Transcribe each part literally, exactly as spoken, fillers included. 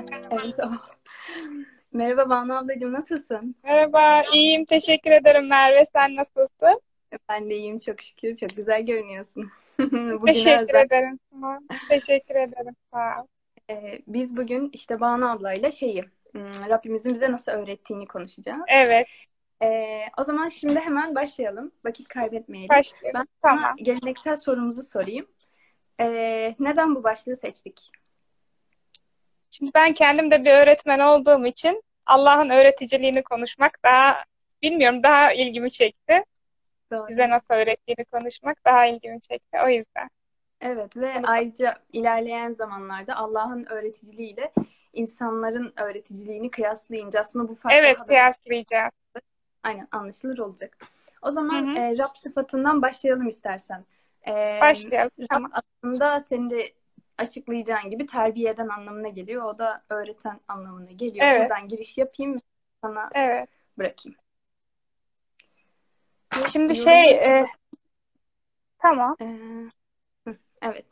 Evet. Oh. Merhaba Banu ablacığım, nasılsın? Merhaba, iyiyim. Teşekkür ederim Merve. Sen nasılsın? Ben de iyiyim çok şükür. Çok güzel görünüyorsun. Bugüne Teşekkür özel. ederim. Tamam. Teşekkür ederim. Sağ ol. Ee, biz bugün işte Banu ablayla şeyi, hmm, Rabbimizin bize nasıl öğrettiğini konuşacağız. Evet, Ee, o zaman şimdi hemen başlayalım. Vakit kaybetmeyelim. başlayalım. Ben sana Tamam. geleneksel sorumuzu sorayım. Ee, neden bu başlığı seçtik? Şimdi ben kendim de bir öğretmen olduğum için Allah'ın öğreticiliğini konuşmak daha, bilmiyorum, daha ilgimi çekti. Bize Doğru. nasıl öğrettiğini konuşmak daha ilgimi çekti. O yüzden. Evet ve Bunu konuş- ayrıca ilerleyen zamanlarda Allah'ın öğreticiliğiyle insanların öğreticiliğini kıyaslayınca aslında bu fark Evet, daha da kıyaslayacağız. aynen anlaşılır olacak. O Hı zaman hı. e, Rab sıfatından başlayalım istersen. E, Başlayalım. Rab Tamam. aslında senin de açıklayacağın gibi terbiye eden anlamına geliyor. O da öğreten anlamına geliyor. Evet, Buradan giriş yapayım ve sana evet. bırakayım. Şimdi şey, Yorumları e, kapat. tamam. E, hı, evet.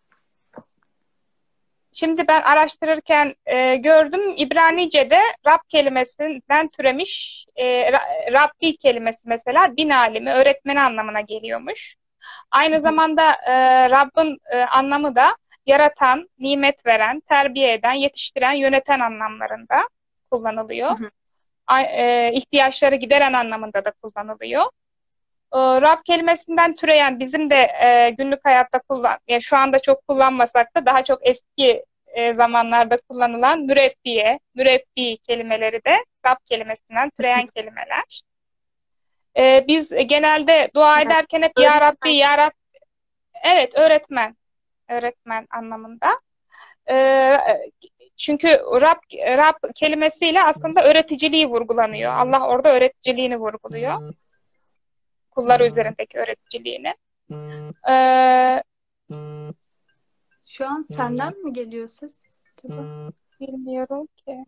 Şimdi ben araştırırken e, gördüm İbranice'de Rab kelimesinden türemiş e, Ra- Rabbi kelimesi mesela din alimi, öğretmeni anlamına geliyormuş. Hı Aynı hı, zamanda e, Rabb'in e, anlamı da yaratan, nimet veren, terbiye eden, yetiştiren, yöneten anlamlarında kullanılıyor. hı hı, A- e, ihtiyaçları gideren anlamında da kullanılıyor. E, Rab kelimesinden türeyen bizim de e, günlük hayatta kullan, yani şu anda çok kullanmasak da daha çok eski e, zamanlarda kullanılan mürebbiye, mürebbi kelimeleri de Rab kelimesinden hı hı. türeyen kelimeler. E, biz genelde dua Yani ederken hep Ya Rabbi, öğretmen. Ya Rabbi, evet öğretmen, öğretmen anlamında. E, çünkü Rab, Rab kelimesiyle aslında öğreticiliği vurgulanıyor. Allah orada öğreticiliğini vurguluyor. Kulları üzerindeki öğreticiliğini. Ee, Şu an senden mi geliyor ses acaba? bilmiyorum ki.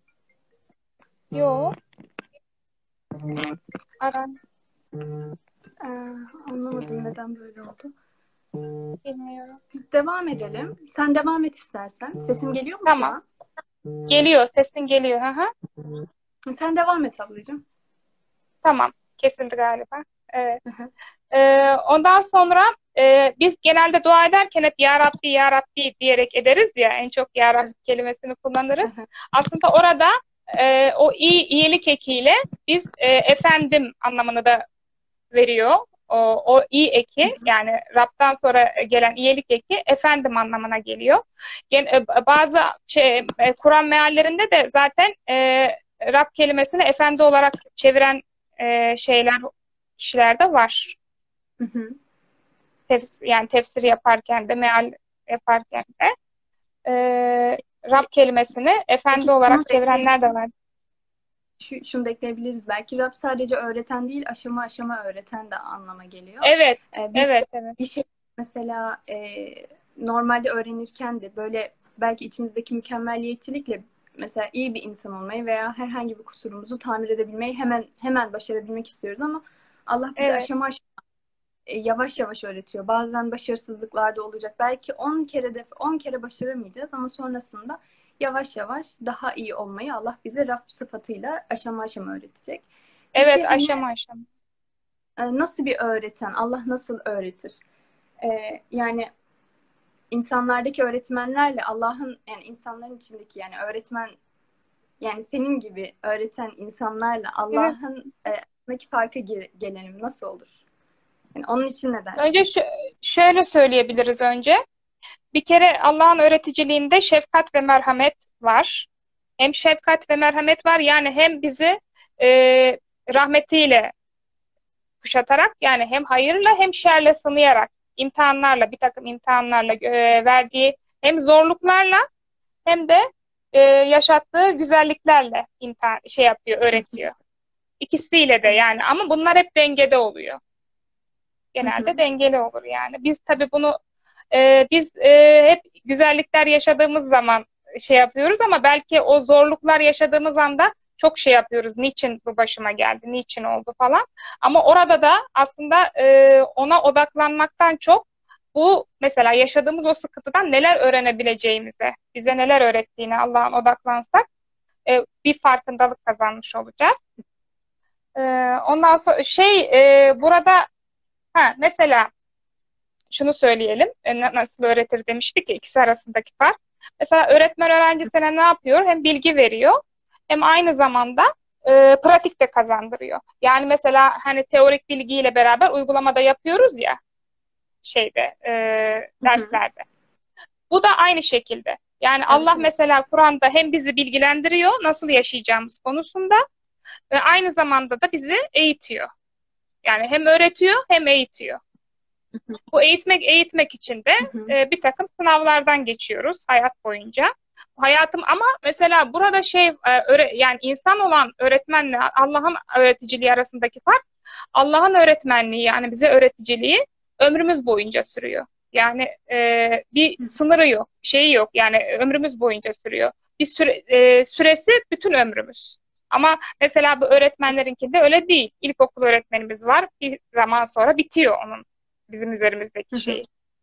Yo, aran Ee, Anlamadım neden böyle oldu. bilmiyorum. Biz devam edelim. Sen devam et istersen. Sesim geliyor mu şu Tamam. an? Geliyor, sesin geliyor. Hı hı. Sen devam et ablacığım. Tamam. Kesildi galiba. Evet. Hı hı, Ee, ondan sonra e, biz genelde dua ederken hep Ya Rabbi, Ya Rabbi diyerek ederiz ya. En çok Ya Rabbi evet. kelimesini Hı kullanırız. hı, Aslında orada e, o iyi iyilik ekiyle biz e, efendim anlamını da veriyor. O, o iyi eki yani Rab'dan sonra gelen iyilik eki efendim anlamına geliyor. Gen, e, bazı şey, e, Kur'an meallerinde de zaten e, Rab kelimesini efendi olarak çeviren e, şeyler kişiler de var. hı hı. Tefsir, yani tefsir yaparken de meal yaparken de e, Rab kelimesini efendi Peki şunu olarak da ekleyebiliriz. çevirenler de var. Şu- şunu da ekleyebiliriz. Belki Rab sadece öğreten değil, aşama aşama öğreten de anlama geliyor. Evet, Ee, bir, evet, evet. bir şey mesela e, normalde öğrenirken de böyle belki içimizdeki mükemmelliyetçilikle mesela iyi bir insan olmayı veya herhangi bir kusurumuzu tamir edebilmeyi hemen hemen başarabilmek istiyoruz ama Allah bize Evet. aşama aşama e, yavaş yavaş öğretiyor. Bazen başarısızlıklar da olacak. Belki on kere de on kere başaramayacağız ama sonrasında yavaş yavaş daha iyi olmayı Allah bize Rab sıfatıyla aşama aşama öğretecek. Peki Evet, hani aşama aşama. e, nasıl bir öğreten? Allah nasıl öğretir? E, yani insanlardaki öğretmenlerle Allah'ın yani insanların içindeki yani öğretmen yani senin gibi öğreten insanlarla Evet. Allah'ın e, arasındaki farka ge- gelelim nasıl olur? Yani onun için ne Önce dersin? şu, şöyle söyleyebiliriz önce. Bir kere Allah'ın öğreticiliğinde şefkat ve merhamet var. Hem şefkat ve merhamet var yani hem bizi e, rahmetiyle kuşatarak yani hem hayırla hem şerle sınayarak imtihanlarla bir takım imtihanlarla e, verdiği hem zorluklarla hem de e, yaşattığı güzelliklerle imtihan şey yapıyor, öğretiyor. İkisiyle de Evet. yani ama bunlar hep dengede oluyor. Hı Genelde hı. dengeli olur yani. Biz tabii bunu e, biz e, hep güzellikler yaşadığımız zaman şey yapıyoruz ama belki o zorluklar yaşadığımız anda çok şey yapıyoruz. Niçin bu başıma geldi? Niçin oldu falan. Ama orada da aslında e, ona odaklanmaktan çok bu mesela yaşadığımız o sıkıntıdan neler öğrenebileceğimize, bize neler öğrettiğine Allah'ın odaklansak e, bir farkındalık kazanmış olacağız. E, ondan sonra şey e, burada ha, mesela şunu söyleyelim. E, nasıl öğretir demiştik ya, ikisi arasındaki fark. Mesela öğretmen öğrencisine ne yapıyor? Hem bilgi veriyor hem aynı zamanda e, pratik de kazandırıyor. Yani mesela hani teorik bilgiyle beraber uygulamada yapıyoruz ya şeyde e, Hı hı. derslerde. Bu da aynı şekilde. Yani Evet, Allah evet. mesela Kur'an'da hem bizi bilgilendiriyor nasıl yaşayacağımız konusunda ve aynı zamanda da bizi eğitiyor. Yani hem öğretiyor hem eğitiyor. Bu eğitmek eğitmek için de Hı hı. e, bir takım sınavlardan geçiyoruz hayat boyunca. Hayatım ama mesela burada şey e, öğre, yani insan olan öğretmenle Allah'ın öğreticiliği arasındaki fark, Allah'ın öğretmenliği yani bize öğreticiliği ömrümüz boyunca sürüyor. Yani e, bir sınırı yok, şeyi yok. Yani ömrümüz boyunca sürüyor. Bir süre, e, süresi bütün ömrümüz. Ama mesela bu öğretmenlerinkinde öyle değil. İlkokul öğretmenimiz var. Bir zaman sonra bitiyor onun bizim üzerimizdeki Hı hı. şey.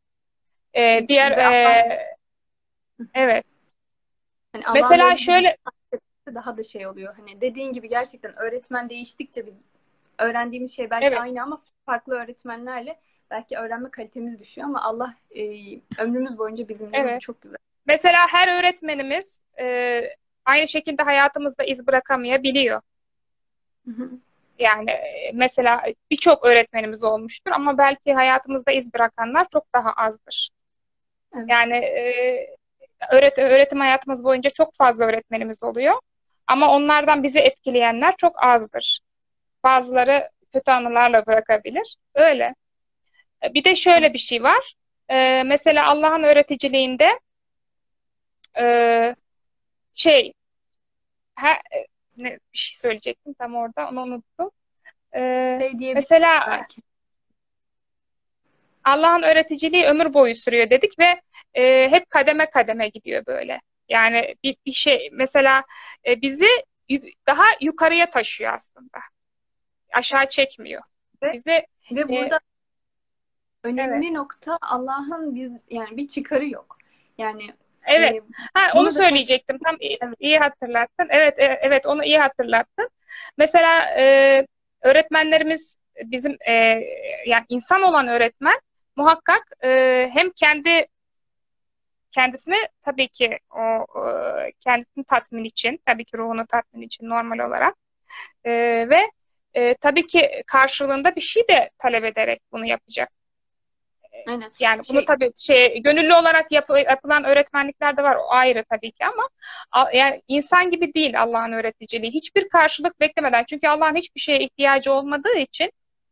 Ee, diğer Ve Allah, e, evet. hani Allah'ın Mesela verdiği bilgi şöyle daha da şey oluyor. Hani dediğin gibi gerçekten öğretmen değiştikçe biz öğrendiğimiz şey belki evet aynı ama farklı öğretmenlerle belki öğrenme kalitemiz düşüyor ama Allah e, ömrümüz boyunca bizimle ve bu evet. çok güzel. Mesela her öğretmenimiz e, aynı şekilde hayatımızda iz bırakamayabiliyor. Hı hı. Yani e, mesela birçok öğretmenimiz olmuştur ama belki hayatımızda iz bırakanlar çok daha azdır. Evet. Yani e, öğret öğretim hayatımız boyunca çok fazla öğretmenimiz oluyor. Ama onlardan bizi etkileyenler çok azdır. Bazıları kötü anılarla bırakabilir. Öyle. Bir de şöyle bir şey var. Ee, mesela Allah'ın öğreticiliğinde e, şey ha, e, ne, bir şey söyleyecektim tam orada onu unuttum. Ee, Şey diyebiliriz mesela belki. Allah'ın öğreticiliği ömür boyu sürüyor dedik ve e, hep kademe kademe gidiyor böyle. Yani bir, bir şey mesela e, bizi yu- daha yukarıya taşıyor aslında. Aşağı çekmiyor. Ve, Bizi ve e, burada evet. önemli nokta Allah'ın biz yani bir çıkarı yok. Yani Evet. e, Ha, onu bunu da sen söyleyecektim. Tam iyi, evet. iyi hatırlattın. Evet, evet, evet, onu iyi hatırlattın. Mesela e, öğretmenlerimiz bizim e, yani insan olan öğretmen muhakkak e, hem kendi kendisini tabii ki o e, kendisini tatmin için, tabii ki ruhunu tatmin için normal olarak e, ve e, tabii ki karşılığında bir şey de talep ederek bunu yapacak. Aynen. Yani bunu Şey tabii şey gönüllü olarak yapı- yapılan öğretmenlikler de var. O ayrı tabii ki ama a- yani insan gibi değil Allah'ın öğreticiliği. Hiçbir karşılık beklemeden. Çünkü Allah'ın hiçbir şeye ihtiyacı olmadığı için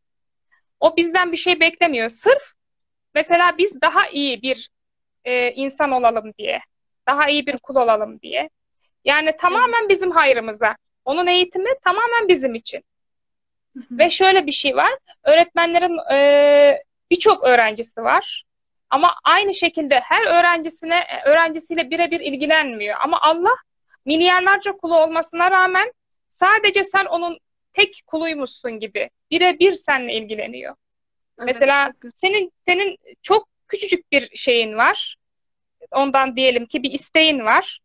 o bizden bir şey beklemiyor. Sırf mesela biz daha iyi bir e, insan olalım diye. Daha iyi bir kul olalım diye. Yani evet. tamamen bizim hayrımıza. Onun eğitimi tamamen bizim için. Hı hı. Ve şöyle bir şey var. Öğretmenlerin e, birçok öğrencisi var. Ama aynı şekilde her öğrencisine öğrencisiyle birebir ilgilenmiyor. Ama Allah milyarlarca kulu olmasına rağmen sadece sen onun tek kuluymuşsun gibi birebir seninle ilgileniyor. Evet, Mesela çok güzel. senin senin çok küçücük bir şeyin var. Ondan diyelim ki bir isteğin var.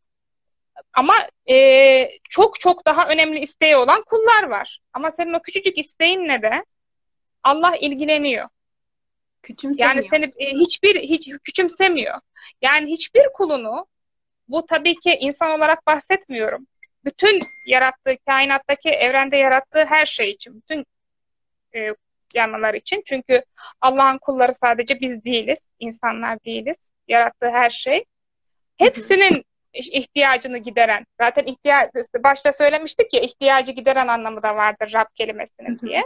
Ama e, çok çok daha önemli isteği olan kullar var. Ama senin o küçücük isteğinle de Allah ilgileniyor. Yani Küçümsemiyor. seni e, hiçbir hiç küçümsemiyor. Yani hiçbir kulunu bu tabii ki insan olarak bahsetmiyorum. Bütün yarattığı kainattaki evrende yarattığı her şey için, bütün e, yanlılar için. Çünkü Allah'ın kulları sadece biz değiliz, insanlar değiliz. Yarattığı her şey. Hı hı. Hepsinin ihtiyacını gideren, zaten ihtiyaç, başta söylemiştik ya ihtiyacı gideren anlamı da vardır Rab Hı kelimesinin hı. diye.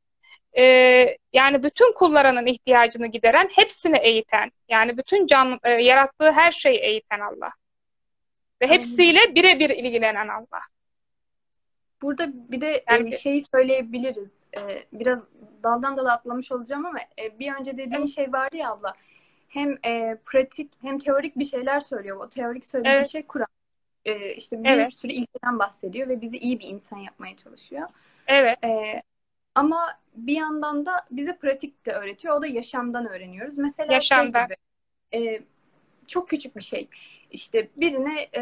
Ee, yani bütün kullarının ihtiyacını gideren, hepsini eğiten, yani bütün can, e, yarattığı her şeyi eğiten Allah. Ve Aynen öyle. hepsiyle birebir ilgilenen Allah. Burada bir de Yani e, bir- şeyi söyleyebiliriz. E, biraz daldan dala atlamış olacağım ama e, bir önce dediğin evet, şey vardı ya abla. Hem e, pratik hem teorik bir şeyler söylüyor. O teorik söylediği evet, şey Kur'an. E, işte bir evet, sürü ilkeden bahsediyor ve bizi iyi bir insan yapmaya çalışıyor. evet, E, ama bir yandan da bize pratik de öğretiyor. O da yaşamdan öğreniyoruz. Mesela şey Yaşamda. gibi, e, çok küçük bir şey. İşte birine e,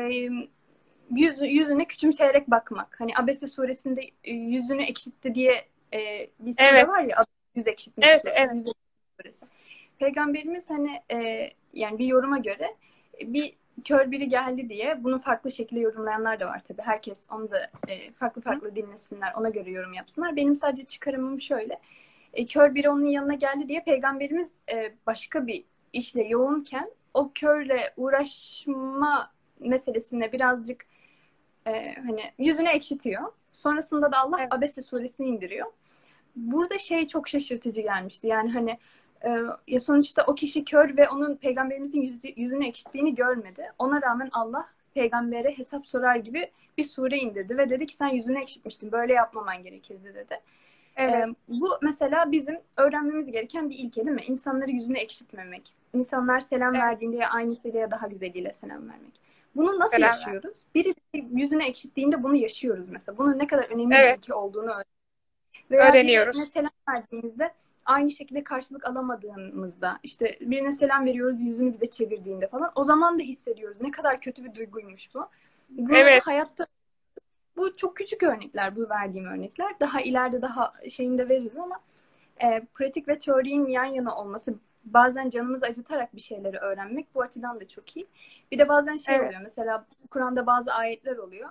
yüz, yüzüne küçümseyerek bakmak. Hani Abese suresinde e, yüzünü ekşitti diye e, bir sure Evet. var ya, yüz ekşitmek Evet, suresi. evet. Yüz ekşitmek suresi. Peygamberimiz hani e, yani bir yoruma göre e, bir kör biri geldi diye bunu farklı şekilde yorumlayanlar da var tabii. Herkes onu da e, farklı farklı dinlesinler, ona göre yorum yapsınlar. Benim sadece çıkarımım şöyle. E, kör biri onun yanına geldi diye Peygamberimiz e, başka bir işle yoğunken o körle uğraşma meselesine birazcık e, hani yüzüne ekşitiyor. Sonrasında da Allah Evet. Abese suresini indiriyor. Burada şey çok şaşırtıcı gelmişti. Yani hani e, ya sonuçta o kişi kör ve onun peygamberimizin yüzü, yüzünü ekşittiğini görmedi. Ona rağmen Allah peygambere hesap sorar gibi bir sure indirdi ve dedi ki sen yüzünü ekşitmiştin. Böyle yapmaman gerekirdi dedi. Evet. E, bu mesela bizim öğrenmemiz gereken bir ilke değil mi? İnsanları yüzüne ekşitmemek. İnsanlar selam Evet. verdiğinde ya aynısıyla ya daha güzeliyle selam vermek. Bunu nasıl Selam ver. yaşıyoruz? Biri yüzüne ekşittiğinde bunu yaşıyoruz mesela. Bunun ne kadar önemli bir Evet. ilke olduğunu öğreniyoruz. Veya birine Öğreniyoruz. selam verdiğimizde aynı şekilde karşılık alamadığımızda, işte birine selam veriyoruz yüzünü bize çevirdiğinde falan, o zaman da hissediyoruz ne kadar kötü bir duyguymuş bu. Bunları Evet. hayatta, bu çok küçük örnekler, bu verdiğim örnekler. Daha ileride daha şeyini de veririz ama e, pratik ve teorinin yan yana olması, bazen canımızı acıtarak bir şeyleri öğrenmek bu açıdan da çok iyi. Bir de bazen şey Evet. oluyor, mesela Kur'an'da bazı ayetler oluyor.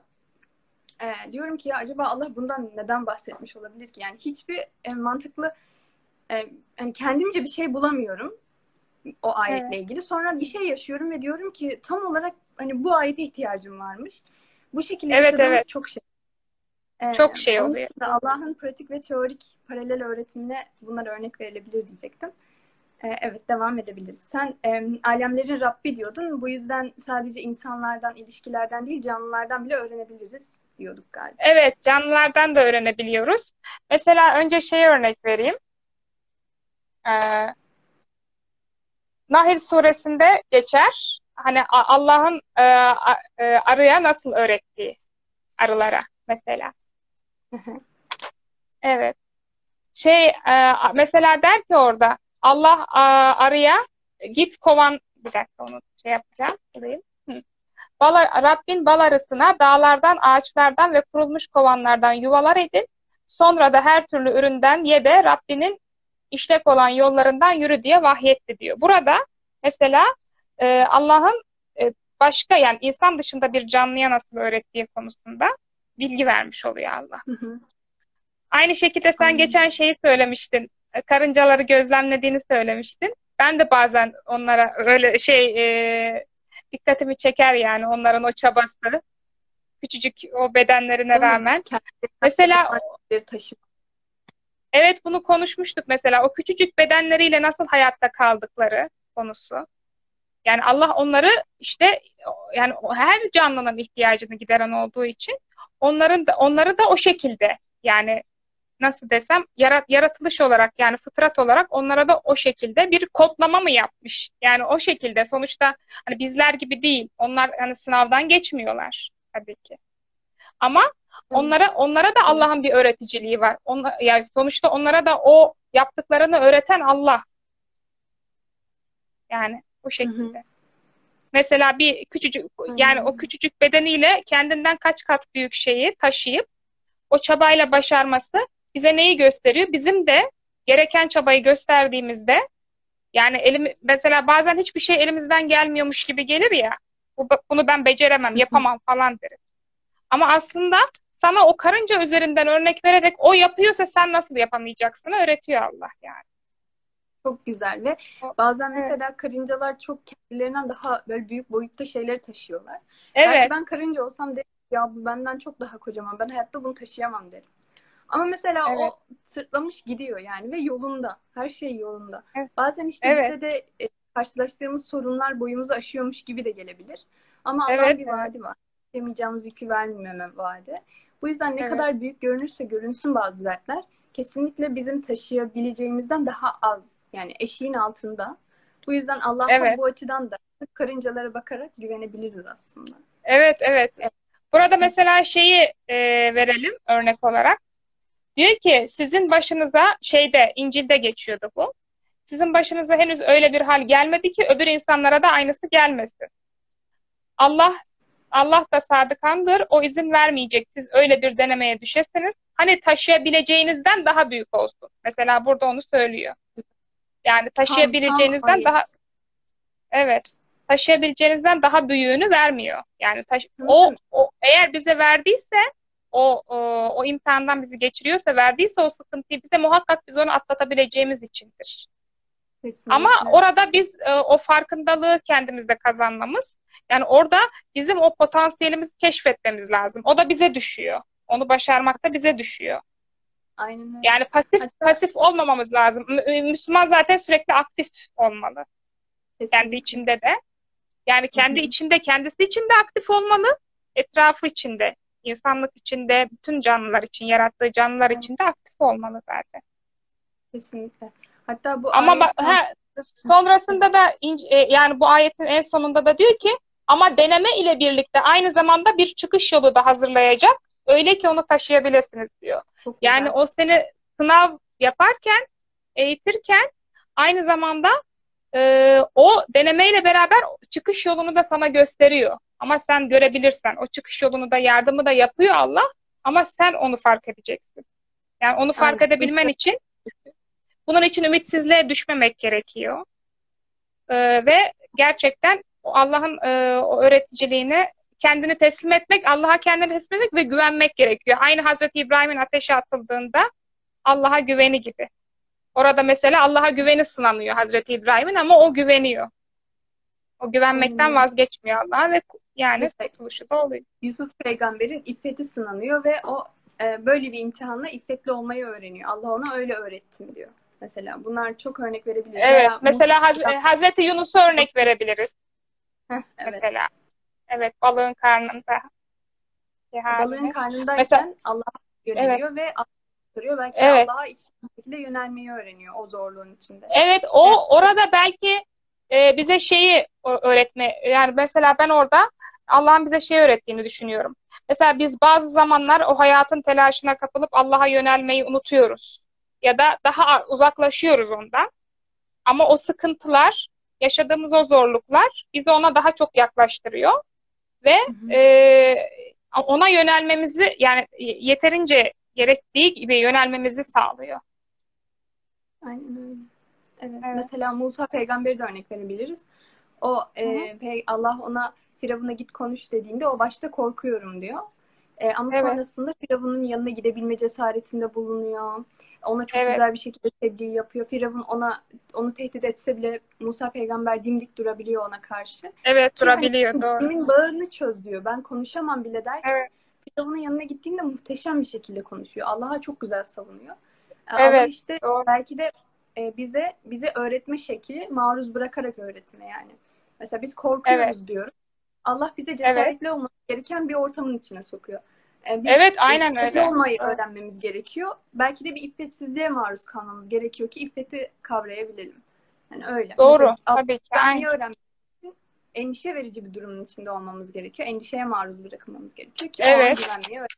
E, diyorum ki ya acaba Allah bundan neden bahsetmiş olabilir ki? Yani hiçbir e, mantıklı, e, yani kendimce bir şey bulamıyorum o ayetle Evet. ilgili. Sonra bir şey yaşıyorum ve diyorum ki tam olarak hani bu ayete ihtiyacım varmış. Bu şekilde Evet, yaşadığımız evet. çok şey. E, Çok şey onun oluyor. için de Allah'ın pratik ve teorik paralel öğretimine bunlar örnek verilebilir diyecektim. E, evet, devam edebiliriz. Sen e, alemlerin Rabbi diyordun. Bu yüzden sadece insanlardan, ilişkilerden değil canlılardan bile öğrenebiliriz diyorduk galiba. Evet, canlılardan da öğrenebiliyoruz. Mesela önce şey örnek vereyim. Ee, Nahl suresinde geçer. Hani A- Allah'ın e, a- e, arıya nasıl öğrettiği, arılara mesela. Evet. Şey e, mesela der ki orada Allah a, arıya git kovan, bir dakika onu şey yapacağım. Bulayım. Hı. Bal, Rabbin bal arısına dağlardan, ağaçlardan ve kurulmuş kovanlardan yuvalar edin. Sonra da her türlü üründen ye de Rabbinin işlek olan yollarından yürü diye vahyetti diyor. Burada mesela e, Allah'ın e, başka, yani insan dışında bir canlıya nasıl öğrettiği konusunda bilgi vermiş oluyor Allah. Hı hı. Aynı şekilde sen Aynen. geçen şeyi söylemiştin. e, Karıncaları gözlemlediğini söylemiştin. Ben de bazen onlara öyle şey e, dikkatimi çeker, yani onların o çabası, küçücük o bedenlerine Değil mi? rağmen. Mesela Kendini taşıyor. evet, bunu konuşmuştuk mesela, o küçücük bedenleriyle nasıl hayatta kaldıkları konusu. Yani Allah onları işte, yani o her canlının ihtiyacını gideren olduğu için onların da onları da o şekilde, yani nasıl desem, yarat, yaratılış olarak, yani fıtrat olarak onlara da o şekilde bir kodlama mı yapmış? Yani o şekilde sonuçta, hani bizler gibi değil. Onlar hani sınavdan geçmiyorlar tabii ki. Ama Evet. onlara onlara da Evet. Allah'ın bir öğreticiliği var. Onlar, yani sonuçta onlara da o yaptıklarını öğreten Allah. Yani bu Hı hı. şekilde. Mesela bir küçücük, yani Aynen o öyle. küçücük bedeniyle kendinden kaç kat büyük şeyi taşıyıp o çabayla başarması bize neyi gösteriyor? Bizim de gereken çabayı gösterdiğimizde, yani elim, mesela bazen hiçbir şey elimizden gelmiyormuş gibi gelir ya. Bu, bunu ben beceremem, Hı hı. yapamam falan deriz. Ama aslında sana o karınca üzerinden örnek vererek o yapıyorsa sen nasıl yapamayacaksın öğretiyor Allah yani. Çok güzel ve O- bazen evet. mesela karıncalar çok kendilerinden daha böyle büyük boyutta şeyleri taşıyorlar. Belki Evet, ben karınca olsam derim ya bu benden çok daha kocaman. Ben hayatta bunu taşıyamam derim. Ama mesela evet, o sırtlamış gidiyor yani ve yolunda. Her şey yolunda. evet, Bazen işte evet, bize de e, karşılaştığımız sorunlar boyumuzu aşıyormuş gibi de gelebilir. Ama Allah'ın evet, bir evet, vaadi var. Yapamayacağımız yükü vermeme vaadi. Bu yüzden ne evet, kadar büyük görünürse görünsün bazı dertler, kesinlikle bizim taşıyabileceğimizden daha az. Yani eşiğin altında. Bu yüzden Allah'a evet, bu açıdan da karıncalara bakarak güvenebiliriz aslında. evet, evet. Evet. Burada mesela şeyi e, verelim örnek olarak. Diyor ki sizin başınıza şeyde İncil'de geçiyordu bu. Sizin başınıza henüz öyle bir hal gelmedi ki öbür insanlara da aynısı gelmesin. Allah Allah da sadıkandır. O izin vermeyecek. Siz öyle bir denemeye düşesiniz. Hani taşıyabileceğinizden daha büyük olsun. Mesela burada onu söylüyor. Yani Tam tam taşıyabileceğinizden ayet. daha evet. Taşıyabileceğinizden daha büyüğünü vermiyor. Yani taş, o, Sanırım o eğer bize verdiyse o, o o imtihandan bizi geçiriyorsa verdiyse o sıkıntıyı bize muhakkak biz onu atlatabileceğimiz içindir. Ama kesinlikle. orada biz e, o farkındalığı kendimizde kazanmamız, yani orada bizim o potansiyelimizi keşfetmemiz lazım. O da bize düşüyor. Onu başarmak da bize düşüyor. Aynen öyle. Yani pasif Hatta pasif olmamamız lazım. Mü- Müslüman zaten sürekli aktif olmalı. Kendi kesinlikle. içinde de. Yani Hı kendi hı. içinde, kendisi için de aktif olmalı. Etrafı içinde, insanlık içinde, bütün canlılar için, yarattığı canlılar Aynen, için de aktif olmalı zaten. kesinlikle. Hatta bu Ama bak, ayet tam ha, sonrasında da ince- e, yani bu ayetin en sonunda da diyor ki ama deneme ile birlikte aynı zamanda bir çıkış yolu da hazırlayacak. Öyle ki onu taşıyabilirsiniz diyor. çok Yani güzel. o seni sınav yaparken, eğitirken aynı zamanda e, o denemeyle beraber çıkış yolunu da sana gösteriyor. Ama sen görebilirsen o çıkış yolunu da yardımı da yapıyor Allah ama sen onu fark edeceksin. Yani onu fark Aynen. edebilmen Mesela için bunun için ümitsizliğe düşmemek gerekiyor. Ee, ve gerçekten Allah'ın e, o öğreticiliğine kendini teslim etmek, Allah'a kendini teslim etmek ve güvenmek gerekiyor. Aynı Hazreti İbrahim'in ateşe atıldığında Allah'a güveni gibi. Orada mesela Allah'a güveni sınanıyor Hazreti İbrahim'in ama o güveniyor. O aynen güvenmekten öyle. vazgeçmiyor Allah'a ve yani Mesela kurtuluşu da oluyor. Yusuf peygamberin iffeti sınanıyor ve o e, böyle bir imtihanla iffetli olmayı öğreniyor. Allah ona öyle öğrettim diyor. Mesela bunlar çok örnek verebiliriz. Evet, Veya Musa mesela Haz peygamber. Hazreti Yunus'u örnek verebiliriz Heh, evet. mesela. Evet, balığın karnında Balığın halini. Mesela karnındayken Allah'a evet, yöneliyor ve Allah'a soruyor. Belki de evet. Allah'a içten bir şekilde yönelmeyi öğreniyor o zorluğun içinde. Evet, Veya o orada belki e, bize şeyi o- öğretme, yani mesela ben orada Allah'ın bize şey öğrettiğini düşünüyorum. Mesela biz bazı zamanlar o hayatın telaşına kapılıp Allah'a yönelmeyi unutuyoruz ya da daha uzaklaşıyoruz ondan. Ama o sıkıntılar, yaşadığımız o zorluklar bizi ona daha çok yaklaştırıyor ve hı hı, e, ona yönelmemizi, yani yeterince gerektiği gibi yönelmemizi sağlıyor. aynen öyle. Evet. Evet. Mesela Musa peygamberi de örnek verebiliriz. O Hı hı. e, pe- Allah ona Firavun'a git konuş dediğinde o başta korkuyorum diyor. E, ama Evet, sonrasında Firavun'un yanına gidebilme cesaretinde bulunuyor. Ona çok evet, güzel bir şekilde tebliğ yapıyor. Firavun ona onu tehdit etse bile Musa peygamber dimdik durabiliyor ona karşı. evet Ki hani durabiliyor, doğru. dilimin bağını çöz diyor. Ben konuşamam bile derken Evet, Firavun'un yanına gittiğinde muhteşem bir şekilde konuşuyor. Allah'a çok güzel savunuyor. E, Allah evet, işte doğru. belki de e, bize bize öğretme şekli maruz bırakarak öğretme yani. Mesela biz Evet, korkuyoruz diyoruz. Allah bize evet, cesaretli olması gereken bir ortamın içine sokuyor. E, biz evet, e, aynen iffetli öyle. olmayı Doğru. öğrenmemiz gerekiyor. Belki de bir iffetsizliğe maruz kalmamız gerekiyor ki iffeti kavrayabilelim. Yani öyle. Mesela Doğru, Allah'a tabii ki, güvenmeyi aynen. öğrenmek için endişe verici bir durumun içinde olmamız gerekiyor. Endişeye maruz bırakılmamız gerekiyor ki o an Evet, güvenmeyi öğrenelim.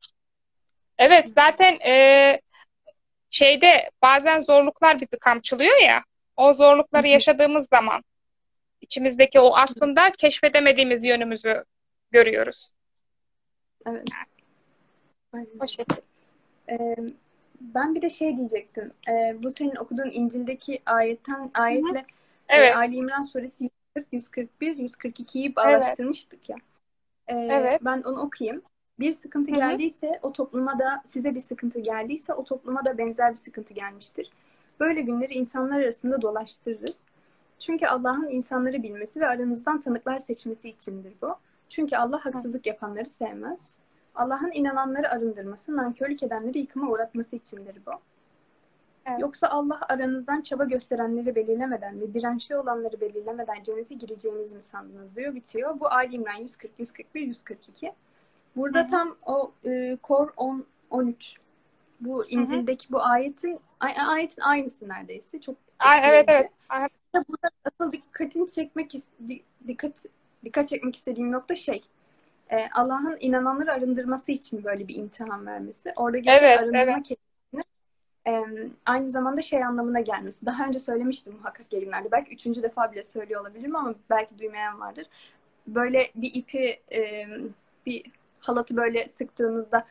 evet zaten e, şeyde bazen zorluklar bizi kamçılıyor ya, o zorlukları yaşadığımız zaman içimizdeki o aslında keşfedemediğimiz yönümüzü görüyoruz. Evet. Aynen. O şekilde. Ee, Ben bir de şey diyecektim. Ee, bu senin okuduğun İncil'deki ayetten Hı hı. ayetle e, Evet, Ali İmran suresi yüz kırk, yüz kırk bir, yüz kırk ikiyi evet, bağlaştırmıştık ya. Ee, evet. ben onu okuyayım. Bir sıkıntı Hı hı. geldiyse o topluma da size bir sıkıntı geldiyse o topluma da benzer bir sıkıntı gelmiştir. Böyle günleri insanlar arasında dolaştırırız. Çünkü Allah'ın insanları bilmesi ve aranızdan tanıklar seçmesi içindir bu. Çünkü Allah Hı. haksızlık yapanları sevmez. Allah'ın inananları arındırması, nankörlük edenleri yıkıma uğratması içindir bu. Evet, Yoksa Allah aranızdan çaba gösterenleri belirlemeden ve dirençli olanları belirlemeden cennete gireceğinizi mi sandınız diyor, bitiyor. Bu Ali İmran yüz kırk, yüz kırk bir, yüz kırk iki. hı Burada hı. tam o e, Kor on, on üç. Bu Hı hı. İncil'deki bu ayetin ayetin aynısı neredeyse. Çok Ay, evet, evet. etkileyici. Ay, Burada asıl dikkatini çekmek dikkat dikkat çekmek istediğim nokta şey. e, Allah'ın inananları arındırması için böyle bir imtihan vermesi. Orada geçen Evet, arındırma evet. kelimesinin e, aynı zamanda şey anlamına gelmesi. Daha önce söylemiştim muhakkak yayınlarda. Belki üçüncü defa bile söylüyor olabilirim ama belki duymayan vardır. Böyle bir ipi, e, bir halatı böyle sıktığınızda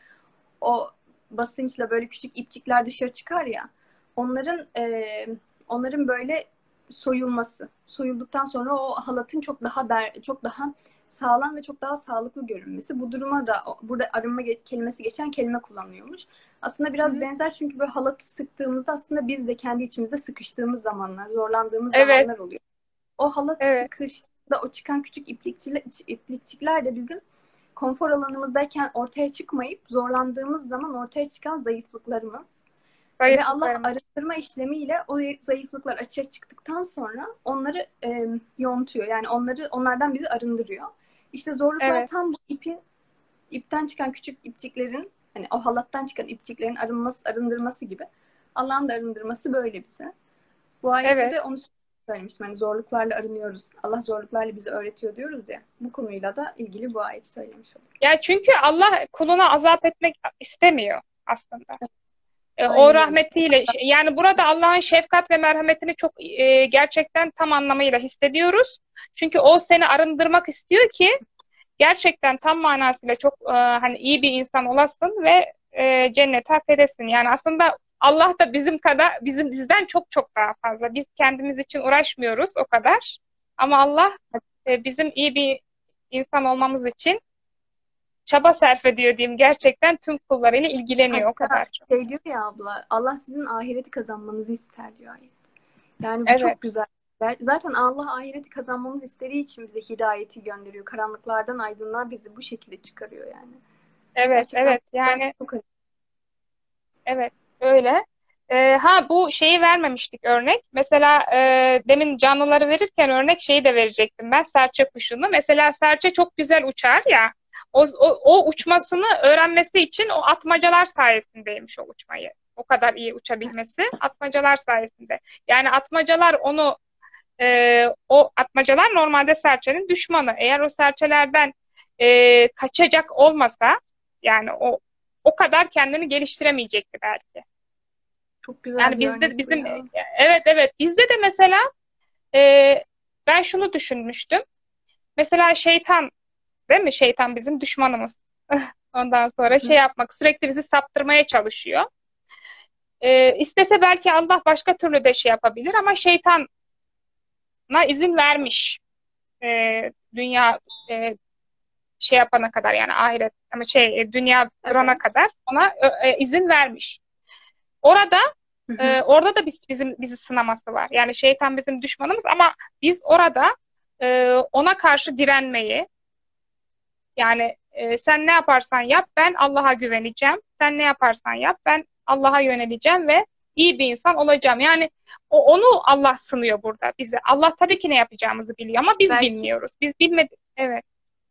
o basınçla böyle küçük ipçikler dışarı çıkar ya. Onların e, onların böyle soyulması. Soyulduktan sonra o halatın çok daha ber, çok daha sağlam ve çok daha sağlıklı görünmesi. Bu duruma da burada arınma kelimesi geçen kelime kullanıyormuş. Aslında Hı biraz hı. benzer çünkü böyle halatı sıktığımızda aslında biz de kendi içimizde sıkıştığımız zamanlar, zorlandığımız Evet, zamanlar oluyor. O halat evet, sıkıştığında o çıkan küçük iplikçiler, iplikçikler de bizim konfor alanımızdayken ortaya çıkmayıp zorlandığımız zaman ortaya çıkan zayıflıklarımız. Ve Allah zayıflıklarımız. arındırma işlemiyle o zayıflıklar açığa çıktıktan sonra onları e, yontuyor. Yani onları onlardan bizi arındırıyor. İşte zorluklar Evet, tam bu ipin ipten çıkan küçük ipçiklerin hani o halattan çıkan ipçiklerin arınması, arındırması gibi. Allah'ın da arındırması böyle bize. Bu ayette evet. de onu söylemiştim. Hani zorluklarla arınıyoruz. Allah zorluklarla bizi öğretiyor diyoruz ya. Bu konuyla da ilgili bu ayet söylemiş olduk. Ya çünkü Allah kuluna azap etmek istemiyor aslında. E, o Aynen öyle. rahmetiyle yani burada Allah'ın şefkat ve merhametini çok e, gerçekten tam anlamıyla hissediyoruz. Çünkü o seni arındırmak istiyor ki gerçekten tam manasıyla çok e, hani iyi bir insan olasın ve e, cenneti hak edesin. Yani aslında Allah da bizim kadar bizim bizden çok çok daha fazla. Biz kendimiz için uğraşmıyoruz o kadar. Ama Allah e, bizim iyi bir insan olmamız için çaba sarf ediyor diyeyim. Gerçekten tüm kullarıyla ilgileniyor o Hatta kadar çok. şey diyor ya abla, Allah sizin ahireti kazanmanızı ister diyor ayet. Yani bu Evet, çok güzel. Zaten Allah ahireti kazanmamızı istediği için bize hidayeti gönderiyor. Karanlıklardan aydınlığa bizi bu şekilde çıkarıyor yani. evet, Gerçekten evet. Yani çok önemli. evet, öyle. Ee, ha bu şeyi vermemiştik örnek. Mesela e, demin canlıları verirken örnek şeyi de verecektim ben. Serçe kuşunu. Mesela serçe çok güzel uçar ya. O, o, o uçmasını öğrenmesi için o atmacalar sayesindeymiş o uçmayı. O kadar iyi uçabilmesi atmacalar sayesinde. Yani atmacalar onu e, o atmacalar normalde serçenin düşmanı. Eğer o serçelerden e, kaçacak olmasa yani o o kadar kendini geliştiremeyecekti belki. Çok güzel Yani bir bizde örnek bu bizim ya. evet evet bizde de mesela e, ben şunu düşünmüştüm. Mesela şeytan değil mi? Şeytan bizim düşmanımız. Ondan sonra şey yapmak sürekli bizi saptırmaya çalışıyor. E, istese belki Allah başka türlü de şey yapabilir ama şeytana izin vermiş. E, dünya e, şey yapana kadar yani ahiret ama şey e, dünya durana Evet. kadar ona e, e, izin vermiş. Orada Hı hı. e, orada da biz, bizim bizi sınaması var. Yani şeytan bizim düşmanımız ama biz orada e, ona karşı direnmeyi yani e, sen ne yaparsan yap ben Allah'a güveneceğim. Sen ne yaparsan yap ben Allah'a yöneleceğim ve iyi bir insan olacağım. Yani o, onu Allah sınıyor burada bize. Allah tabii ki ne yapacağımızı biliyor ama biz Belki bilmiyoruz. Biz bilmedik. Evet.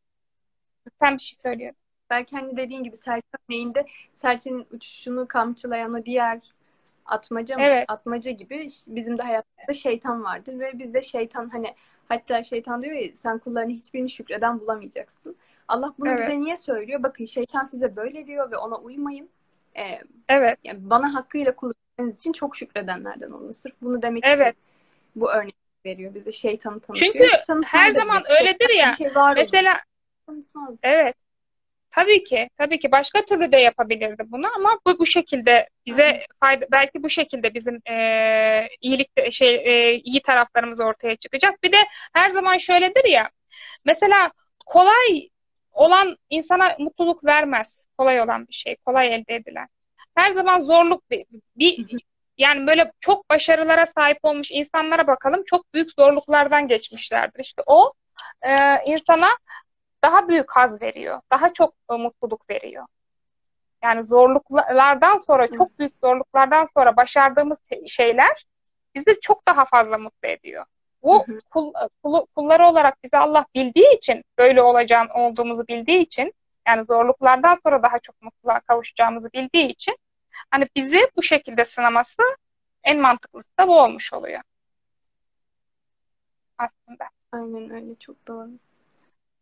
Sen bir şey söylüyorsun. belki hani dediğin gibi serçe örneğinde serçenin uçuşunu kamçılayan o diğer atmaca Evet. atmaca gibi işte bizim de hayatımızda şeytan vardır ve bizde şeytan hani hatta şeytan diyor ya sen kullarını hiçbirini şükreden bulamayacaksın. Allah bunu Evet. bize niye söylüyor? Bakın şeytan size böyle diyor ve ona uymayın. Ee, Evet. yani bana hakkıyla kullanmanız için çok şükredenlerden olun. Sırf bunu demek için Evet. bu örneği veriyor bize. Şeytanı Çünkü tanıtıyor. Hiç her tanıtmaya da zaman bile. öyledir Şeytan bir ya. şey var olur. Mesela Tanıtmaz. evet. Tabii ki, tabii ki başka türlü de yapabilirdi bunu ama bu bu şekilde bize Aynen. fayda belki bu şekilde bizim e, iyilik şey e, iyi taraflarımız ortaya çıkacak. Bir de her zaman şöyledir ya. Mesela kolay olan insana mutluluk vermez. Kolay olan bir şey, kolay elde edilen. Her zaman zorluk bir, bir yani böyle çok başarılara sahip olmuş insanlara bakalım. Çok büyük zorluklardan geçmişlerdir. İşte o e, insana daha büyük haz veriyor. Daha çok e, mutluluk veriyor. Yani zorluklardan sonra, çok büyük zorluklardan sonra başardığımız şeyler bizi çok daha fazla mutlu ediyor. Bu kul, kul, kulları olarak bizi Allah bildiği için, böyle olacağım olduğumuzu bildiği için, yani zorluklardan sonra daha çok mutluluğa kavuşacağımızı bildiği için, hani bizi bu şekilde sınaması en mantıklısı da bu olmuş oluyor. Aslında. Aynen öyle çok doğru.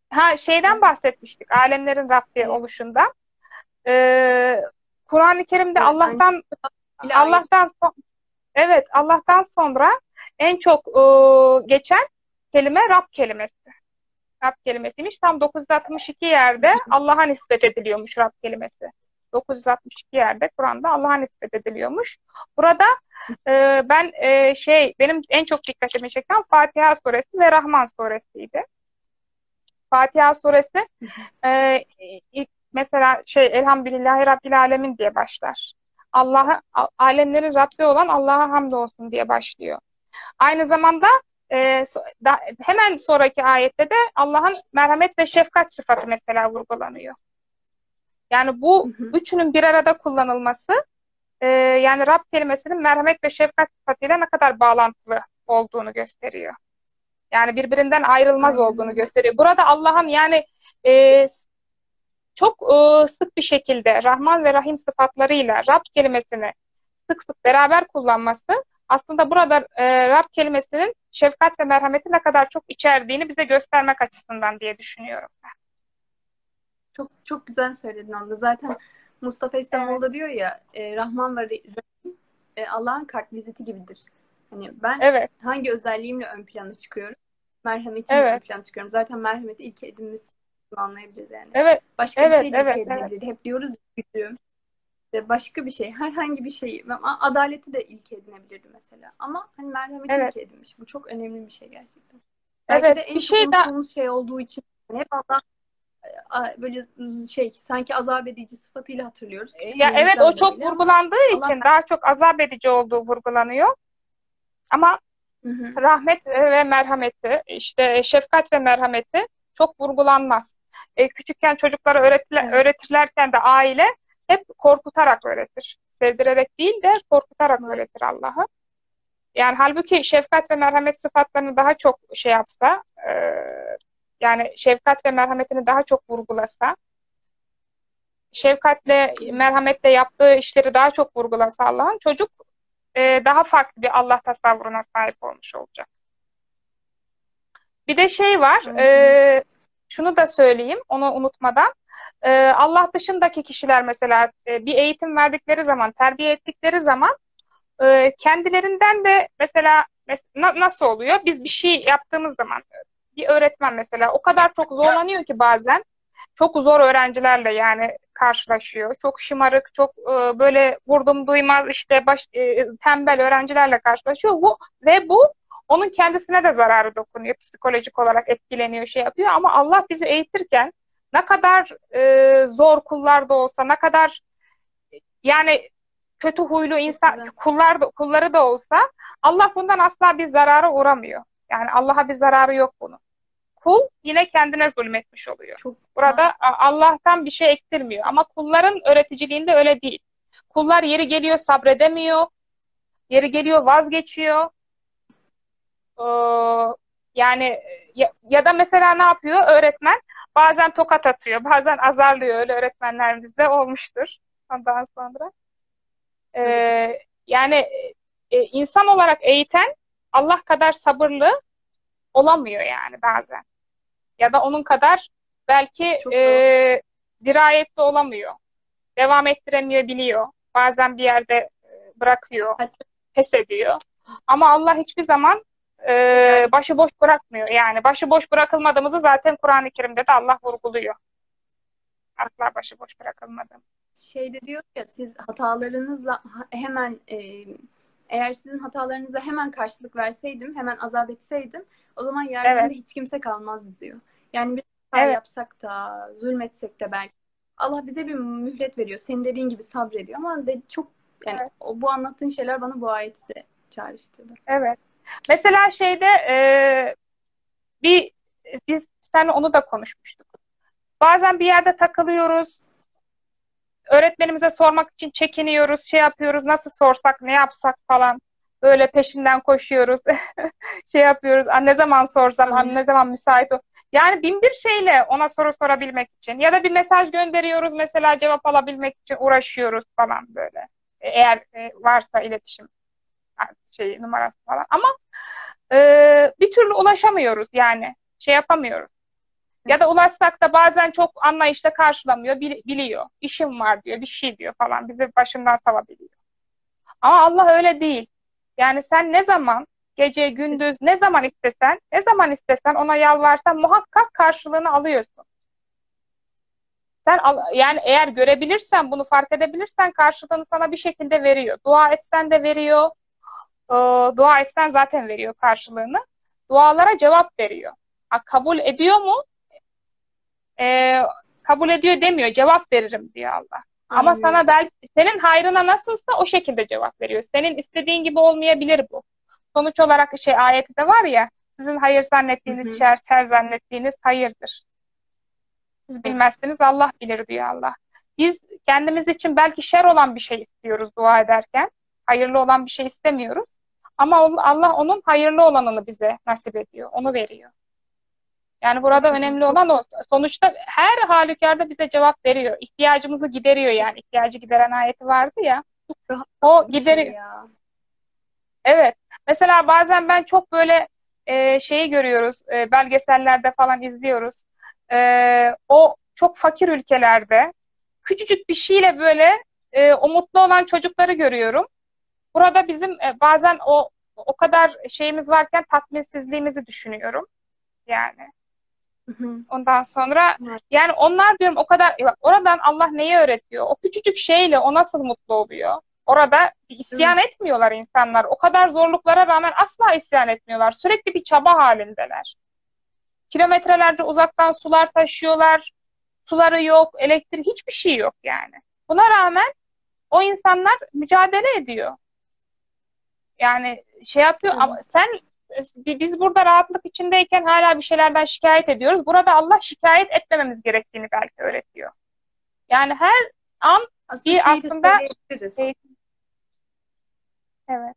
Ha şeyden Evet. bahsetmiştik. Alemlerin Rabbi Evet. oluşundan. Ee, Kur'an-ı Kerim'de Evet. Aynı Allah'tan ile ayet. Allah'tan so- evet Allah'tan sonra en çok e, geçen kelime Rab kelimesi. Rab kelimesiymiş. Tam dokuz yüz altmış iki yerde Allah'a nispet ediliyormuş Rab kelimesi. dokuz yüz altmış iki yerde Kur'an'da Allah'a nispet ediliyormuş. Burada e, ben e, şey benim en çok dikkatimi çeken Fatiha suresi ve Rahman suresiydi. Fatiha suresi e, ilk mesela şey Elhamdülillahi Rabbil Alemin diye başlar. Allah'a alemlerin Rabbi olan Allah'a hamdolsun diye başlıyor. Aynı zamanda e, so, da, hemen sonraki ayette de Allah'ın merhamet ve şefkat sıfatı mesela vurgulanıyor. Yani Hı bu hı. üçünün bir arada kullanılması e, yani Rab kelimesinin merhamet ve şefkat sıfatıyla ne kadar bağlantılı olduğunu gösteriyor. Yani birbirinden ayrılmaz Aynen olduğunu öyle. gösteriyor. Burada Allah'ın yani e, çok e, sık bir şekilde Rahman ve Rahim sıfatlarıyla Rab kelimesini sık sık beraber kullanması aslında burada e, Rab kelimesinin şefkat ve merhameti ne kadar çok içerdiğini bize göstermek açısından diye düşünüyorum. Çok çok güzel söyledin onu da. Zaten Mustafa Evet, İslamoğlu da diyor ya e, Rahman ve Rahim e, Allah'ın kartviziti gibidir. Hani ben evet, hangi özelliğimle ön plana çıkıyorum? Merhametiyle ön evet, plana çıkıyorum. Zaten merhameti ilke edinmesi anlayabiliriz yani. evet, Başka bir evet, şey de ilke evet, evet, edinebilir. Hep diyoruz ya gücü. İşte başka bir şey, herhangi bir şey. Ama adaleti de ilke edinebilirdi mesela. Ama hani merhameti evet, ilke edinmiş. Bu çok önemli bir şey gerçekten. Belki evet. de Bir en çok şey daha, unuttuğumuz şey olduğu için hani hep Allah a- böyle şey sanki azap edici sıfatıyla hatırlıyoruz ya evet o küçüklüğümüzden çok beri ama vurgulandığı Allah. için daha çok azap edici olduğu vurgulanıyor. Ama Hı hı. rahmet ve merhameti, işte şefkat ve merhameti çok vurgulanmaz. E, küçükken çocuklara öğretiler, Evet. öğretirlerken de aile hep korkutarak öğretir. Sevdirerek değil de korkutarak Maalesef. öğretir Allah'ı. Yani halbuki şefkat ve merhamet sıfatlarını daha çok şey yapsa, e, yani şefkat ve merhametini daha çok vurgulasa, şefkatle, merhametle yaptığı işleri daha çok vurgulasa Allah'ın çocuk e, daha farklı bir Allah tasavvuruna sahip olmuş olacak. Bir de şey var, Aynen. e, şunu da söyleyeyim, onu unutmadan. E, Allah dışındaki kişiler mesela e, bir eğitim verdikleri zaman, terbiye ettikleri zaman e, kendilerinden de mesela mes na nasıl oluyor? Biz bir şey yaptığımız zaman bir öğretmen mesela o kadar çok zorlanıyor ki bazen çok zor öğrencilerle yani karşılaşıyor. Çok şımarık, çok e, böyle vurdum duymaz işte baş, e, tembel öğrencilerle karşılaşıyor. Bu ve bu onun kendisine de zararı dokunuyor. Psikolojik olarak etkileniyor, şey yapıyor. Ama Allah bizi eğitirken ne kadar e, zor kullar da olsa, ne kadar yani kötü huylu Çok insan güzel. kullar da, kulları da olsa Allah bundan asla bir zarara uğramıyor. Yani Allah'a bir zararı yok bunun. Kul yine kendine zulmetmiş oluyor. Çok Burada Allah'tan bir şey eksilmiyor. Ama kulların öğreticiliğinde öyle değil. Kullar yeri geliyor sabredemiyor, yeri geliyor vazgeçiyor. Ee, yani ya, ya da mesela ne yapıyor öğretmen? Bazen tokat atıyor, bazen azarlıyor. Öyle öğretmenlerimiz de olmuştur ondan sonra. evet. Ee, yani e, insan olarak eğiten Allah kadar sabırlı olamıyor yani bazen. Ya da onun kadar belki Çok doğru. e, dirayetli olamıyor. Devam ettiremiyor biliyor. Bazen bir yerde e, bırakıyor, Hatta pes ediyor. Ama Allah hiçbir zaman e, yani başıboş bırakmıyor. Yani başıboş bırakılmadığımızı zaten Kur'an-ı Kerim'de de Allah vurguluyor. Asla başıboş bırakılmadım. şeyde diyor ya siz hatalarınızla ha- hemen e, eğer sizin hatalarınıza hemen karşılık verseydim, hemen azap etseydim o zaman Evet, yeryüzünde hiç kimse kalmazdı diyor. Yani bir hata evet, yapsak da, zulmetsek de belki Allah bize bir mühlet veriyor. Senin dediğin gibi sabrediyor ama de çok yani evet, o bu anlattığın şeyler bana bu ayeti de çağrıştırdı. evet. Mesela şeyde e, bir biz seninle onu da konuşmuştuk. Bazen bir yerde takılıyoruz. Öğretmenimize sormak için çekiniyoruz, şey yapıyoruz, nasıl sorsak, ne yapsak falan. Böyle peşinden koşuyoruz, şey yapıyoruz. "Aa, ne zaman sorsam, aa, Tabii. ne zaman müsait o." Yani bin bir şeyle ona soru sorabilmek için. Ya da bir mesaj gönderiyoruz mesela cevap alabilmek için uğraşıyoruz falan böyle. E, Eğer e, varsa iletişim şey numarası falan. Ama e, bir türlü ulaşamıyoruz yani. Şey yapamıyoruz. Ya da ulaşsak da bazen çok anlayışla karşılamıyor, bili- biliyor. İşim var diyor, bir şey diyor falan. Bizi başından savabiliyor. Ama Allah öyle değil. Yani sen ne zaman, gece, gündüz, ne zaman istesen, ne zaman istesen ona yalvarsan muhakkak karşılığını alıyorsun. Sen al- yani eğer görebilirsen, bunu fark edebilirsen karşılığını sana bir şekilde veriyor. Dua etsen de veriyor. Ee, dua etsen zaten veriyor karşılığını. Dualara cevap veriyor. Ha, kabul ediyor mu? Ee, kabul ediyor demiyor. Cevap veririm diyor Allah. Ama Aynen sana öyle. belki senin hayrına nasılsa o şekilde cevap veriyor. Senin istediğin gibi olmayabilir bu. Sonuç olarak şey ayeti de var ya, sizin hayır Hı zannettiğiniz hı. şer, şer zannettiğiniz hayırdır. Siz Evet. bilmezsiniz, Allah bilir diyor Allah. Biz kendimiz için belki şer olan bir şey istiyoruz dua ederken. Hayırlı olan bir şey istemiyoruz. Ama Allah onun hayırlı olanını bize nasip ediyor. Onu veriyor. Yani burada önemli Çok olan o. Sonuçta her halükarda bize cevap veriyor. İhtiyacımızı gideriyor yani. İhtiyacı gideren ayeti vardı ya. rahat O bir şey gideriyor. ya. Evet. Mesela bazen ben çok böyle e, şeyi görüyoruz. E, belgesellerde falan izliyoruz. E, o çok fakir ülkelerde küçücük bir şeyle böyle e, umutlu olan çocukları görüyorum. Burada bizim e, bazen o o kadar şeyimiz varken tatminsizliğimizi düşünüyorum. Yani Hı hı. ondan sonra Evet. yani onlar diyorum o kadar bak, oradan Allah neyi öğretiyor? O küçücük şeyle o nasıl mutlu oluyor? Orada bir Değil mi? isyan etmiyorlar insanlar. O kadar zorluklara rağmen asla isyan etmiyorlar. Sürekli bir çaba halindeler. Kilometrelerce uzaktan sular taşıyorlar. Suları yok, elektrik hiçbir şey yok yani. Buna rağmen o insanlar mücadele ediyor. Yani şey yapıyor ama Evet. sen biz burada rahatlık içindeyken hala bir şeylerden şikayet ediyoruz. Burada Allah şikayet etmememiz gerektiğini belki öğretiyor. Yani her an Aslında bir şeyi de aslında söyleyebiliriz. e, evet,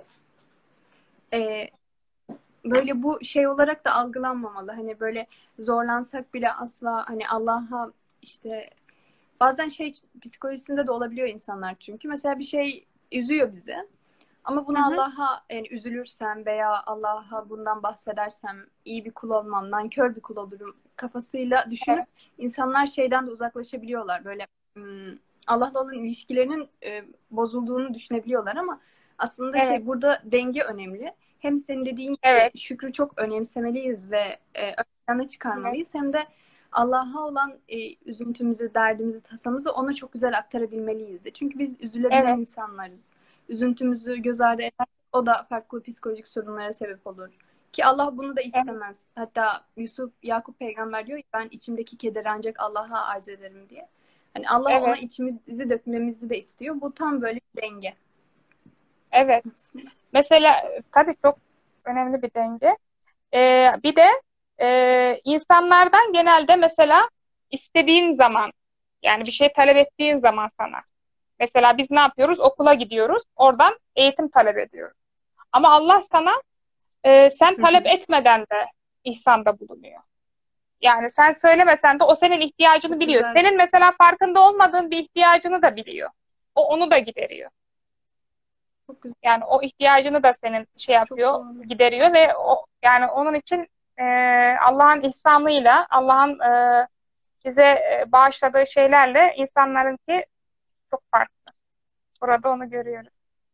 Ee, böyle bu şey olarak da algılanmamalı. Hani böyle zorlansak bile asla hani Allah'a işte bazen şey psikolojisinde de olabiliyor insanlar çünkü. Mesela bir şey üzüyor bizi. Ama hı bunu hı, Allah'a yani üzülürsem veya Allah'a bundan bahsedersem iyi bir kul olmam, nankör bir kul olurum kafasıyla evet, düşünüp insanlar şeyden de uzaklaşabiliyorlar. Böyle hmm, Allah'la olan ilişkilerinin e, bozulduğunu düşünebiliyorlar ama aslında evet, şey burada denge önemli. Hem senin dediğin evet, gibi şükrü çok önemsemeliyiz ve e, ön plana evet, çıkarmalıyız. Hem de Allah'a olan e, üzüntümüzü, derdimizi, tasamızı ona çok güzel aktarabilmeliyiz de. Çünkü biz üzülebilen evet, insanlarız. Üzüntümüzü göz ardı eder, o da farklı psikolojik sorunlara sebep olur. Ki Allah bunu da evet, istemez. Hatta Yusuf, Yakup peygamber diyor ya ben içimdeki kederi ancak Allah'a arz ederim diye. Hani Allah ona evet, içimizi dökmemizi de istiyor. Bu tam böyle bir denge evet. aslında. Mesela tabii çok önemli bir denge. Ee, bir de e, insanlardan genelde mesela istediğin zaman yani bir şey talep ettiğin zaman sana. Mesela biz ne yapıyoruz? Okula gidiyoruz. Oradan eğitim talep ediyoruz. Ama Allah sana e, sen Hı talep hı. etmeden de ihsanda bulunuyor. Yani sen söylemesen de o senin ihtiyacını Çok biliyor. güzel. Senin mesela farkında olmadığın bir ihtiyacını da biliyor. O onu da gideriyor. Çok güzel. Yani o ihtiyacını da senin şey Çok yapıyor, doğru. gideriyor ve o yani onun için e, Allah'ın ihsanıyla, Allah'ın e, bize e, bağışladığı şeylerle insanlarınki çok farklı. Burada onu görüyoruz.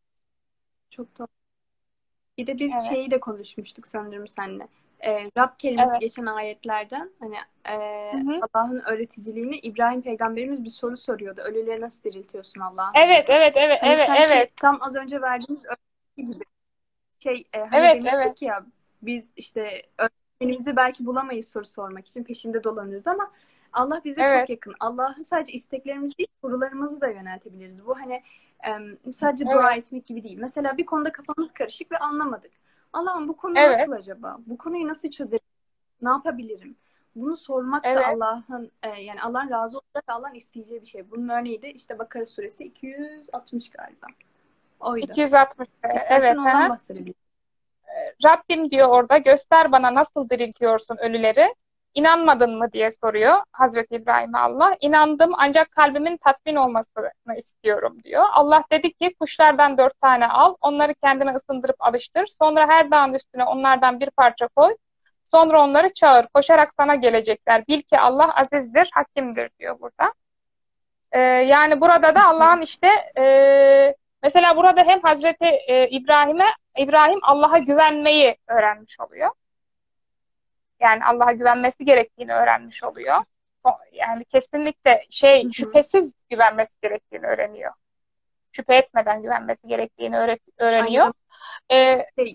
Çok doğru. Bir de biz Evet, şeyi de konuşmuştuk sanırım seninle. Ee, Rab kelimesi evet. geçen ayetlerden hani e, Hı hı. Allah'ın öğreticiliğini İbrahim peygamberimiz bir soru soruyordu. Ölüleri nasıl diriltiyorsun Allah'ım Evet, diyordu. evet, evet, Hani evet, sanki evet, tam az önce verdiğimiz örnek gibi şey e, hani evet, evet, demiştik ya biz işte öğretmenimizi belki bulamayız soru sormak için peşinde dolanıyoruz ama Allah bize çok evet, yakın. Allah'ı sadece isteklerimizi değil sorularımızı da yöneltebiliriz. Bu hani e, sadece dua evet, etmek gibi değil. Mesela bir konuda kafamız karışık ve anlamadık. Allah'ım bu konu evet, nasıl acaba? Bu konuyu nasıl çözerim? Ne yapabilirim? Bunu sormak da evet. Allah'ın e, yani Allah'ın razı olarak Allah'ın isteyeceği bir şey. Bunun örneği de işte Bakara suresi iki yüz altmış galiba. Oydu. iki yüz altmış. İstersen Evet. Hı ondan hı. bahsedebilirim. Rabbim diyor orada göster bana nasıl diriltiyorsun ölüleri. İnanmadın mı diye soruyor Hazreti İbrahim'e Allah. İnandım ancak kalbimin tatmin olmasını istiyorum diyor. Allah dedi ki kuşlardan dört tane al. Onları kendine ısındırıp alıştır. Sonra her dağın üstüne onlardan bir parça koy. Sonra onları çağır, koşarak sana gelecekler. Bil ki Allah azizdir, hakimdir diyor burada. Ee, yani burada da Allah'ın işte e, mesela burada hem Hazreti e, İbrahim'e İbrahim Allah'a güvenmeyi öğrenmiş oluyor. Yani Allah'a güvenmesi gerektiğini öğrenmiş oluyor. Yani kesinlikle şey Hı hı. şüphesiz güvenmesi gerektiğini öğreniyor. Şüphe etmeden güvenmesi gerektiğini öğret öğreniyor. Aynı Ee, şey,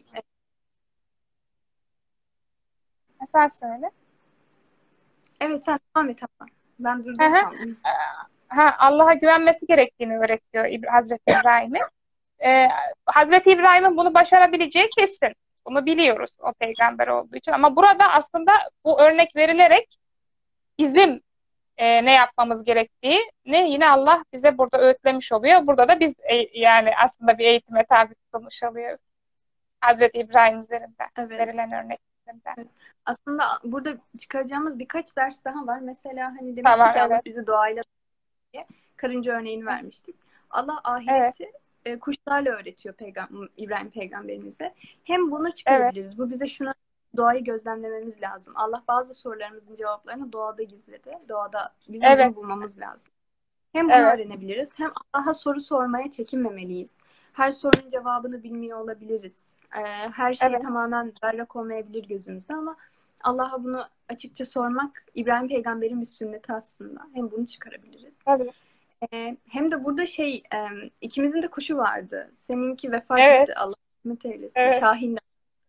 sen söyle. evet sen devam et abla. Ben Hı durdum hı. sandım. Ha, Allah'a güvenmesi gerektiğini öğretiyor İb- Hazreti İbrahim'e. Ee, Hazreti İbrahim'in bunu başarabileceği kesin. Bunu biliyoruz o peygamber olduğu için. Ama burada aslında bu örnek verilerek bizim e, ne yapmamız gerektiğini yine Allah bize burada öğütlemiş oluyor. Burada da biz e, yani aslında bir eğitime tabi tutulmuş oluyoruz. Hazreti İbrahim üzerinden Evet. verilen örneklerinden. Evet. Aslında burada çıkaracağımız birkaç ders daha var. Mesela hani demiştik Tamam, ki Allah evet. bizi doğayla diye karınca örneğini vermiştik. Allah Evet. ahireti e, kuşlarla öğretiyor peygam İbrahim peygamberimize. Hem bunu çıkarabiliriz. Bu bize şuna doğayı gözlemlememiz lazım. Allah bazı sorularımızın cevaplarını doğada gizledi. Doğada bizim Evet. bunu bulmamız lazım. Hem bunu Evet. öğrenebiliriz, hem Allah'a soru sormaya çekinmemeliyiz. Her sorunun cevabını bilmiyor olabiliriz. Ee, her şey Evet. tamamen berrak olmayabilir gözümüzde ama Allah'a bunu açıkça sormak İbrahim peygamberin bir sünneti aslında. Hem bunu çıkarabiliriz. Evet. Ee, hem de burada şey, e, ikimizin de kuşu vardı. Seninki vefat Evet. etti. Allah rahmet eylesin. Evet. Şahin.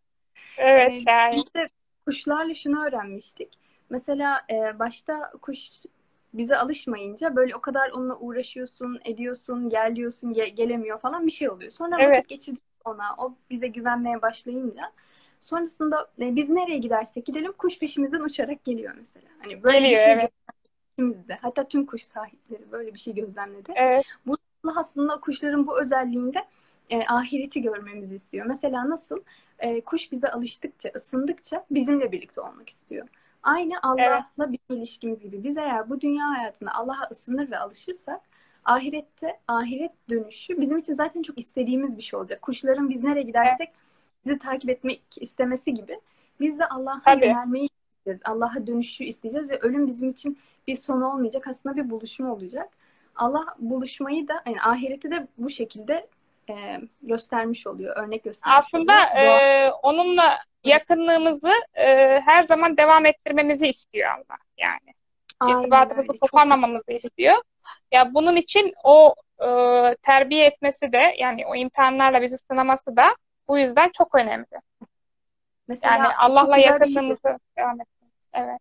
Evet. Ee, Şahin. biz de kuşlarla şunu öğrenmiştik. Mesela e, başta kuş bize alışmayınca böyle o kadar onunla uğraşıyorsun, ediyorsun, gel diyorsun, ge- gelemiyor falan bir şey oluyor. Sonra Evet. vakit geçirdik ona, o bize güvenmeye başlayınca sonrasında e, biz nereye gidersek gidelim kuş peşimizden uçarak geliyor mesela. Hani böyle Geliyor, bir şey evet. gözlemimizde. Hatta tüm kuş sahipleri böyle bir şey gözlemledi. Evet. Bu aslında kuşların bu özelliğinde e, ahireti görmemizi istiyor. Mesela nasıl? E, kuş bize alıştıkça, ısındıkça bizimle birlikte olmak istiyor. Aynı Allah'la bir ilişkimiz gibi. Biz eğer bu dünya hayatında Allah'a ısınır ve alışırsak ahirette, ahiret dönüşü bizim için zaten çok istediğimiz bir şey olacak. Kuşların biz nereye gidersek bizi takip etmek istemesi gibi biz de Allah'a Tabii. yönelmeyi isteyeceğiz. Allah'a dönüşü isteyeceğiz ve ölüm bizim için bir sonu olmayacak. Aslında bir buluşma olacak. Allah buluşmayı da yani ahireti de bu şekilde e, göstermiş oluyor. Örnek göstermiş Aslında oluyor. e, onunla yakınlığımızı e, her zaman devam ettirmemizi istiyor Allah yani. Aynen İrtibatımızı öyle. koparmamamızı istiyor. Ya bunun için o e, terbiye etmesi de yani o imtihanlarla bizi sınaması da bu yüzden çok önemli. Mesela Yani çok Allah'la güzel bir şey. yakınlığımızı devam ettirmemiz. Evet.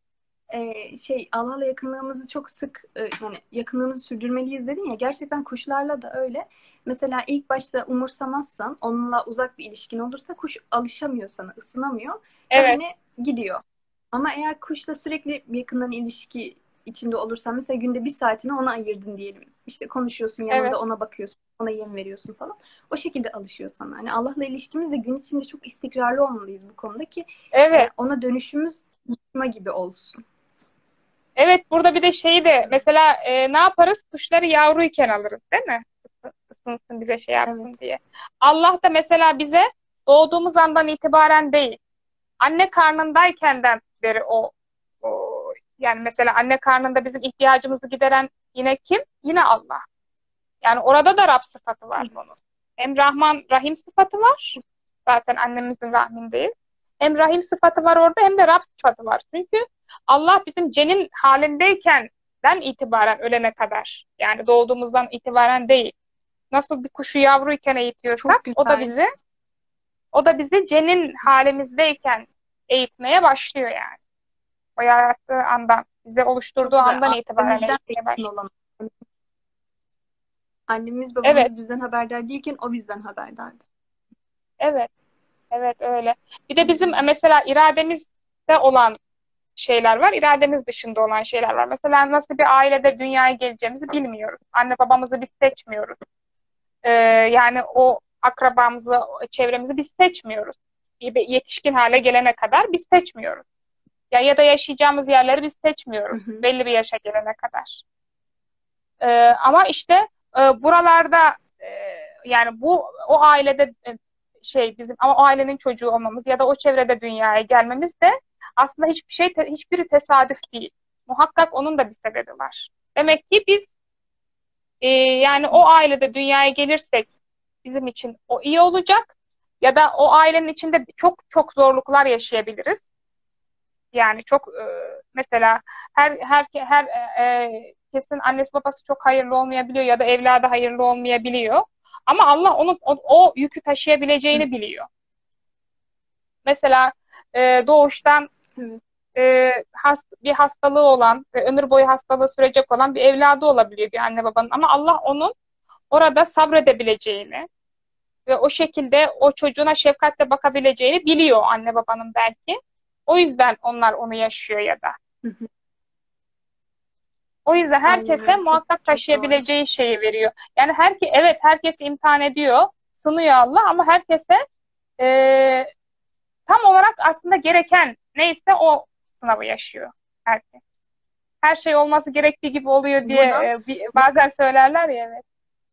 Ee, şey Allah'la yakınlığımızı çok sık e, yani yakınlığımızı sürdürmeliyiz dedin ya, gerçekten kuşlarla da öyle. Mesela ilk başta umursamazsan, onunla uzak bir ilişkin olursa kuş alışamıyor sana, ısınamıyor ve Evet. hani gidiyor. Ama eğer kuşla sürekli yakından ilişki içinde olursan, mesela günde bir saatini ona ayırdın diyelim. İşte konuşuyorsun yanında, Evet. ona bakıyorsun, ona yem veriyorsun falan. O şekilde alışıyor sana. Hani Allah'la ilişkimiz de gün içinde çok istikrarlı olmalıyız bu konuda ki Evet. e, ona dönüşümüz buluşma gibi olsun. Evet, burada bir de şeyi de mesela e, ne yaparız? Kuşları yavruyken alırız, değil mi? Isınsın, bize şey yapsın Evet. diye. Allah da mesela bize doğduğumuz andan itibaren değil, anne karnındayken beri o, o yani mesela anne karnında bizim ihtiyacımızı gideren yine kim? Yine Allah. Yani orada da Rab sıfatı var bunun. Hem Rahman, Rahim sıfatı var. Zaten annemizin rahmindeyiz. Hem Rahim sıfatı var orada, hem de Rab sıfatı var. Çünkü Allah bizim cenin halindeyken itibaren ölene kadar, yani doğduğumuzdan itibaren değil. Nasıl bir kuşu yavruyken eğitiyorsak, Çok o da güzel. bizi o da bizi cenin halimizdeyken eğitmeye başlıyor yani. O yarattığı andan, bize oluşturduğu Çok güzel. andan itibaren Ailemizden eğitmeye yakın başlıyor. olan. Annemiz babamız Evet, bizden haberdar değilken o bizden haberdardı. evet, evet öyle. Bir de bizim mesela irademizde olan şeyler var, irademiz dışında olan şeyler var. Mesela nasıl bir ailede dünyaya geleceğimizi bilmiyoruz. Anne babamızı biz seçmiyoruz. Ee, yani o akrabamızı, çevremizi biz seçmiyoruz. Bir yetişkin hale gelene kadar biz seçmiyoruz. Ya ya da yaşayacağımız yerleri biz seçmiyoruz. Hı hı. Belli bir yaşa gelene kadar. Ee, ama işte e, buralarda e, yani bu o ailede e, şey bizim ama o ailenin çocuğu olmamız ya da o çevrede dünyaya gelmemiz de aslında hiçbir şey hiçbiri tesadüf değil. Muhakkak onun da bir sebebi var. Demek ki biz e, yani o ailede dünyaya gelirsek bizim için o iyi olacak ya da o ailenin içinde çok çok zorluklar yaşayabiliriz. Yani çok e, mesela her her her e, e, kesin annesi babası çok hayırlı olmayabiliyor ya da evladı hayırlı olmayabiliyor. Ama Allah onun o, o yükü taşıyabileceğini biliyor. Mesela e, doğuştan Evet. e, hast, bir hastalığı olan ve ömür boyu hastalığı sürecek olan bir evladı olabiliyor bir anne babanın. Ama Allah onun orada sabredebileceğini ve o şekilde o çocuğuna şefkatle bakabileceğini biliyor anne babanın belki. O yüzden onlar onu yaşıyor ya da. Hı hı. O yüzden Aynen herkese öyle. muhakkak Çok doğru. taşıyabileceği şeyi veriyor. Yani herke evet herkesi imtihan ediyor, sınıyor Allah ama herkese e, tam olarak aslında gereken neyse o sınavı yaşıyor herkes. Her şey olması gerektiği gibi oluyor diye Buradan e, bir, bazen söylerler ya evet.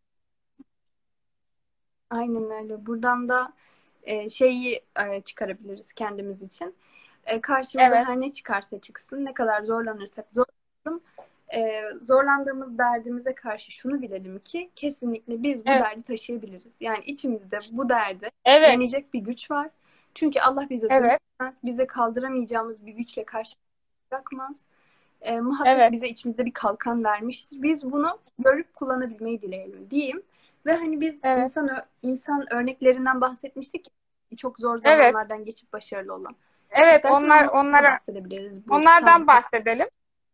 aynen öyle. Buradan da e, şeyi e, çıkarabiliriz kendimiz için. E, karşımıza Evet, her ne çıkarsa çıksın, ne kadar zorlanırsak zorlanalım, e, zorlandığımız derdimize karşı şunu bilelim ki kesinlikle biz bu evet, derdi taşıyabiliriz. Yani içimizde bu derde evet, yenecek bir güç var. Çünkü Allah bize evet, zulmetmez, bize kaldıramayacağımız bir güçle karşı bırakmaz. E, muhakkak evet, bize içimizde bir kalkan vermiştir. Biz bunu görüp kullanabilmeyi dileyelim diyeyim. Ve hani biz evet, insan insan örneklerinden bahsetmiştik ki çok zor evet, zamanlardan geçip başarılı olan. evet. İstersen Onlar onlardan da onlara bahsedebiliriz bu onlardan tarihte. bahsedelim.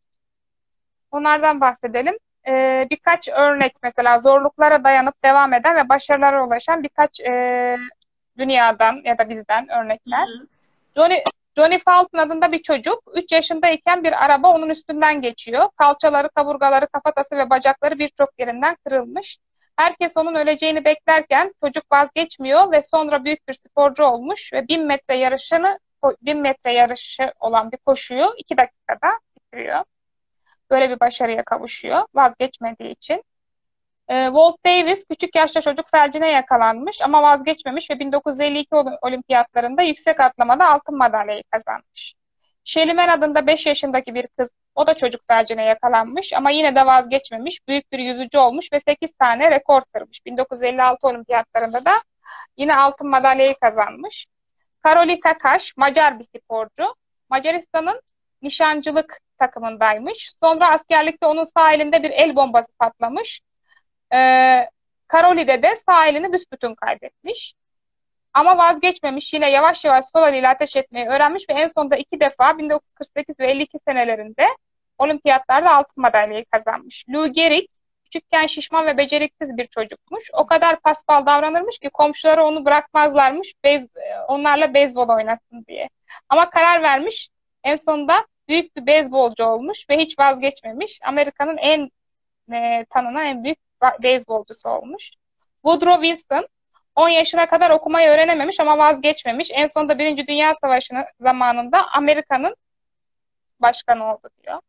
Onlardan bahsedelim. Ee, birkaç örnek mesela zorluklara dayanıp devam eden ve başarılara ulaşan birkaç e, dünyadan ya da bizden Hı örnekler. hı. Johnny, Johnny Fulton adında bir çocuk üç yaşındayken bir araba onun üstünden geçiyor. Kalçaları, kaburgaları, kafatası ve bacakları birçok yerinden kırılmış. Herkes onun öleceğini beklerken çocuk vazgeçmiyor ve sonra büyük bir sporcu olmuş ve bin metre yarışını bin metre yarışı olan bir koşuyu iki dakikada bitiriyor. Böyle bir başarıya kavuşuyor vazgeçmediği için. Ee, Walt Davis küçük yaşta çocuk felcine yakalanmış ama vazgeçmemiş ve bin dokuz yüz elli iki olimpiyatlarında yüksek atlamada altın madalyayı kazanmış. Shirley Mann adında beş yaşındaki bir kız, o da çocuk felcine yakalanmış ama yine de vazgeçmemiş, büyük bir yüzücü olmuş ve sekiz tane rekor kırmış. bin dokuz yüz elli altı olimpiyatlarında da yine altın madalyayı kazanmış. Karolika Kaş, Macar bir sporcu. Macaristan'ın nişancılık takımındaymış. Sonra askerlikte onun sağ elinde bir el bombası patlamış. Ee, Karoli'de de sağ elini büsbütün kaybetmiş. Ama vazgeçmemiş. Yine yavaş yavaş sol eliyle ateş etmeyi öğrenmiş ve en sonunda iki defa bin dokuz yüz kırk sekiz ve elli iki senelerinde olimpiyatlarda altın madalyayı kazanmış. Lou Gehrig küçükken şişman ve beceriksiz bir çocukmuş. O kadar paspal davranırmış ki komşuları onu bırakmazlarmış bez, onlarla beyzbol oynasın diye. Ama karar vermiş. En sonunda büyük bir beyzbolcu olmuş ve hiç vazgeçmemiş. Amerika'nın en e, tanınan en büyük beyzbolcusu olmuş. Woodrow Wilson on yaşına kadar okumayı öğrenememiş ama vazgeçmemiş. En sonunda Birinci Dünya Savaşı'nın zamanında Amerika'nın başkanı oldu diyor.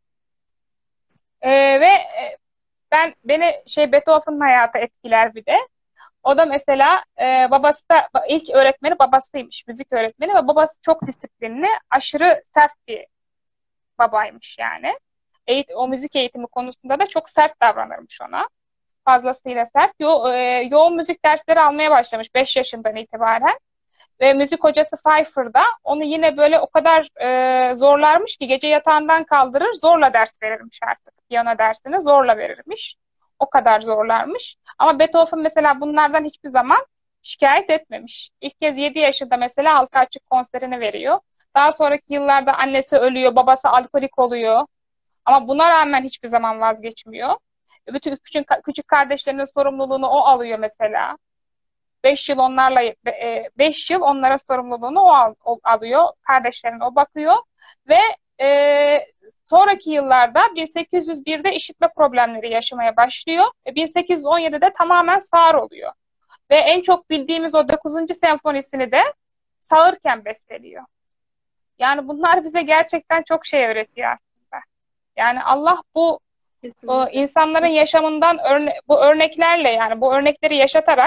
Ee, ve e, ben beni şey Beethoven'ın hayatı etkiler bir de. O da mesela e, babası da ilk öğretmeni babasıymış, müzik öğretmeni ve babası çok disiplinli, aşırı sert bir babaymış yani. Eğit o müzik eğitimi konusunda da çok sert davranırmış ona. Fazlasıyla sert. Yo e, yoğun müzik dersleri almaya başlamış beş yaşından itibaren. Ve müzik hocası Pfeiffer da onu yine böyle o kadar e, zorlarmış ki gece yatağından kaldırır, zorla ders verirmiş artık. Piyano dersini zorla verirmiş. O kadar zorlarmış. Ama Beethoven mesela bunlardan hiçbir zaman şikayet etmemiş. İlk kez yedi yaşında mesela halka açık konserini veriyor. Daha sonraki yıllarda annesi ölüyor, babası alkolik oluyor. Ama buna rağmen hiçbir zaman vazgeçmiyor. Bütün küçük, küçük kardeşlerinin sorumluluğunu o alıyor mesela. Beş yıl onlarla e, beş yıl onlara sorumluluğunu o, al, o alıyor. Kardeşlerine o bakıyor ve e, sonraki yıllarda bin sekiz yüz birde işitme problemleri yaşamaya başlıyor. ve bin sekiz yüz on yedide tamamen sağır oluyor. Ve en çok bildiğimiz o dokuzuncu senfonisini de sağırken besteliyor. Yani bunlar bize gerçekten çok şey öğretiyor aslında. Yani Allah bu o Kesinlikle. insanların yaşamından örne bu örneklerle yani bu örnekleri yaşatarak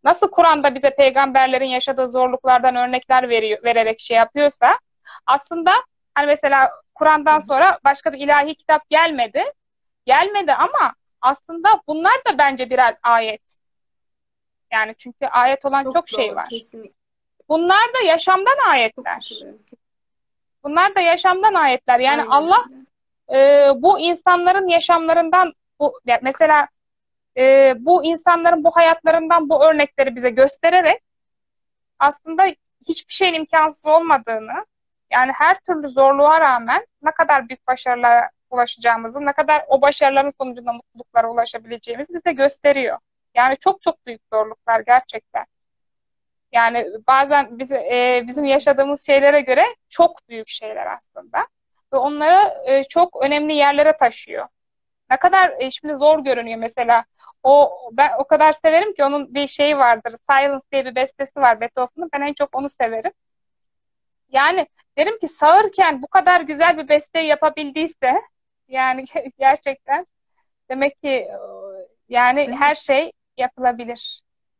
nasıl Kur'an'da bize peygamberlerin yaşadığı zorluklardan örnekler veriyor, vererek şey yapıyorsa, aslında hani mesela Kur'an'dan sonra başka bir ilahi kitap gelmedi. Gelmedi ama aslında bunlar da bence birer ayet. Yani çünkü ayet olan çok, Çok şey doğru, var. kesinlikle. Bunlar da yaşamdan Çok ayetler. katılıyorum. Bunlar da yaşamdan ayetler. Yani Aynen Allah öyle. e, bu insanların yaşamlarından, bu ya mesela e, bu insanların bu hayatlarından bu örnekleri bize göstererek aslında hiçbir şeyin imkansız olmadığını, yani her türlü zorluğa rağmen ne kadar büyük başarılara ulaşacağımızı, ne kadar o başarıların sonucunda mutluluklara ulaşabileceğimizi bize gösteriyor. Yani çok çok büyük zorluklar gerçekten. Yani bazen bize, e, bizim yaşadığımız şeylere göre çok büyük şeyler aslında. Ve onları e, çok önemli yerlere taşıyor. Ne kadar e, şimdi zor görünüyor mesela. O ben o kadar severim ki onun bir şeyi vardır. Silence diye bir bestesi var Beethoven'ın. Ben en çok onu severim. Yani derim ki sağırken bu kadar güzel bir beste yapabildiyse yani gerçekten demek ki e, yani Değil mi? her şey yapılabilir.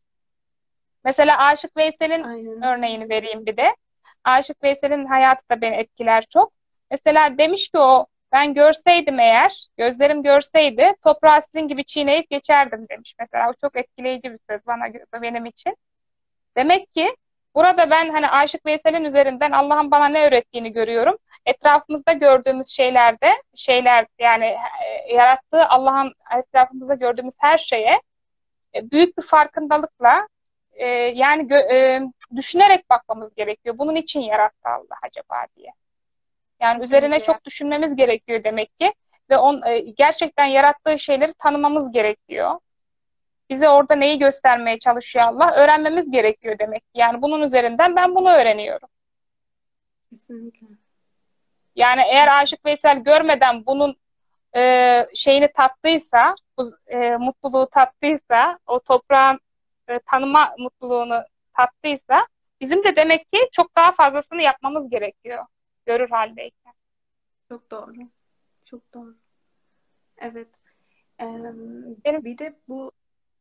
Mesela Aşık Veysel'in Aynen. örneğini vereyim bir de. Aşık Veysel'in hayatı da beni etkiler çok. Mesela demiş ki o, ben görseydim eğer, gözlerim görseydi toprağı sizin gibi çiğneyip geçerdim demiş. Mesela o çok etkileyici bir söz bana, benim için. Demek ki burada ben hani Aşık Veysel'in üzerinden Allah'ın bana ne öğrettiğini görüyorum. Etrafımızda gördüğümüz şeylerde, şeyler yani e, yarattığı Allah'ın etrafımızda gördüğümüz her şeye e, büyük bir farkındalıkla e, yani gö- e, düşünerek bakmamız gerekiyor. Bunun için yarattı Allah acaba diye. Yani üzerine Kesinlikle. çok düşünmemiz gerekiyor demek ki ve on e, gerçekten yarattığı şeyleri tanımamız gerekiyor. Bize orada neyi göstermeye çalışıyor Allah? Öğrenmemiz gerekiyor demek ki. Yani bunun üzerinden ben bunu öğreniyorum. Kesinlikle. Yani eğer Aşık Veysel görmeden bunun e, şeyini tattıysa, bu e, mutluluğu tattıysa, o toprağın e, tanıma mutluluğunu tattıysa, bizim de demek ki çok daha fazlasını yapmamız gerekiyor. Görür haldeyken. Çok doğru. Çok doğru. Evet. Ee, Benim, bir de bu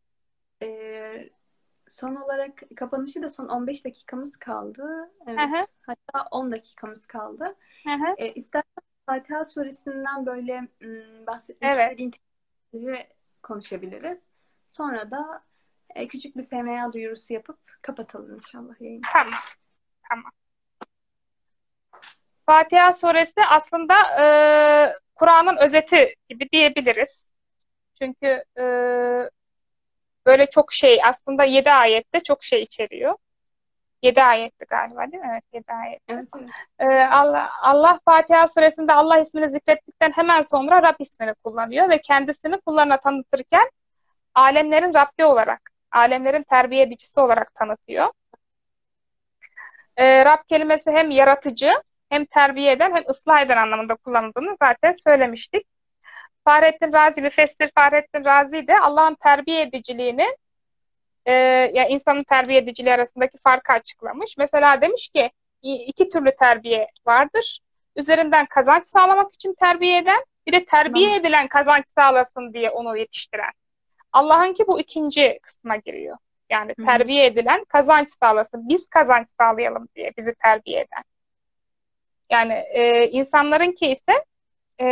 e, son olarak kapanışı da son on beş dakikamız kaldı. hı Evet. hı, Hatta on dakikamız kaldı. hı hı, E, istersen Fatiha suresinden böyle m, bahsetmek evet, istediğin teknikleri konuşabiliriz. Sonra da e, küçük bir S M A duyurusu yapıp kapatalım inşallah yayını. tamam, tamam. Fatiha suresi aslında e, Kur'an'ın özeti gibi diyebiliriz. Çünkü e, böyle çok şey, aslında yedi ayette çok şey içeriyor. Yedi ayetti galiba değil mi? Evet, yedi ayetti. Evet, evet. Ee, Allah, Allah Fatiha suresinde Allah ismini zikrettikten hemen sonra Rab ismini kullanıyor ve kendisini kullarına tanıtırken alemlerin Rabbi olarak, alemlerin terbiye edicisi olarak tanıtıyor. Ee, Rab kelimesi hem yaratıcı, hem terbiye eden, hem ıslah eden anlamında kullanıldığını zaten söylemiştik. Fahrettin Razi, müfessir Fahrettin Razi de Allah'ın terbiye ediciliğini, e, ya insanın terbiye ediciliği arasındaki farkı açıklamış. Mesela demiş ki iki türlü terbiye vardır. Üzerinden kazanç sağlamak için terbiye eden, bir de terbiye Tamam. edilen kazanç sağlasın diye onu yetiştiren. Allah'ınki bu ikinci kısma giriyor. Yani Hı hı. terbiye edilen kazanç sağlasın. Biz kazanç sağlayalım diye bizi terbiye eden. Yani e, insanlarınki ise e,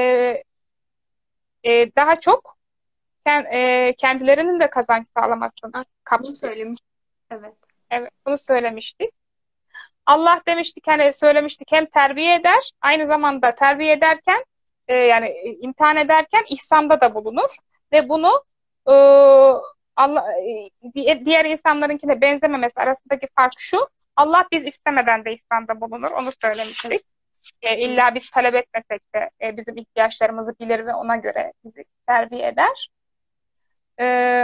e, daha çok kend, e, kendilerinin de kazanç sağlamasını Bunu kapsıyor. söylemiş. Evet. Evet, bunu söylemiştik. Allah demiştik, hani söylemiştik, hem terbiye eder, aynı zamanda terbiye ederken e, yani e, imtihan ederken ihsanda da bulunur ve bunu e, Allah e, diğer insanlarınkine benzememesi arasındaki fark şu: Allah biz istemeden de ihsanda bulunur. Onu söylemiştik. E, illa biz talep etmesek de e, bizim ihtiyaçlarımızı bilir ve ona göre bizi terbiye eder. E,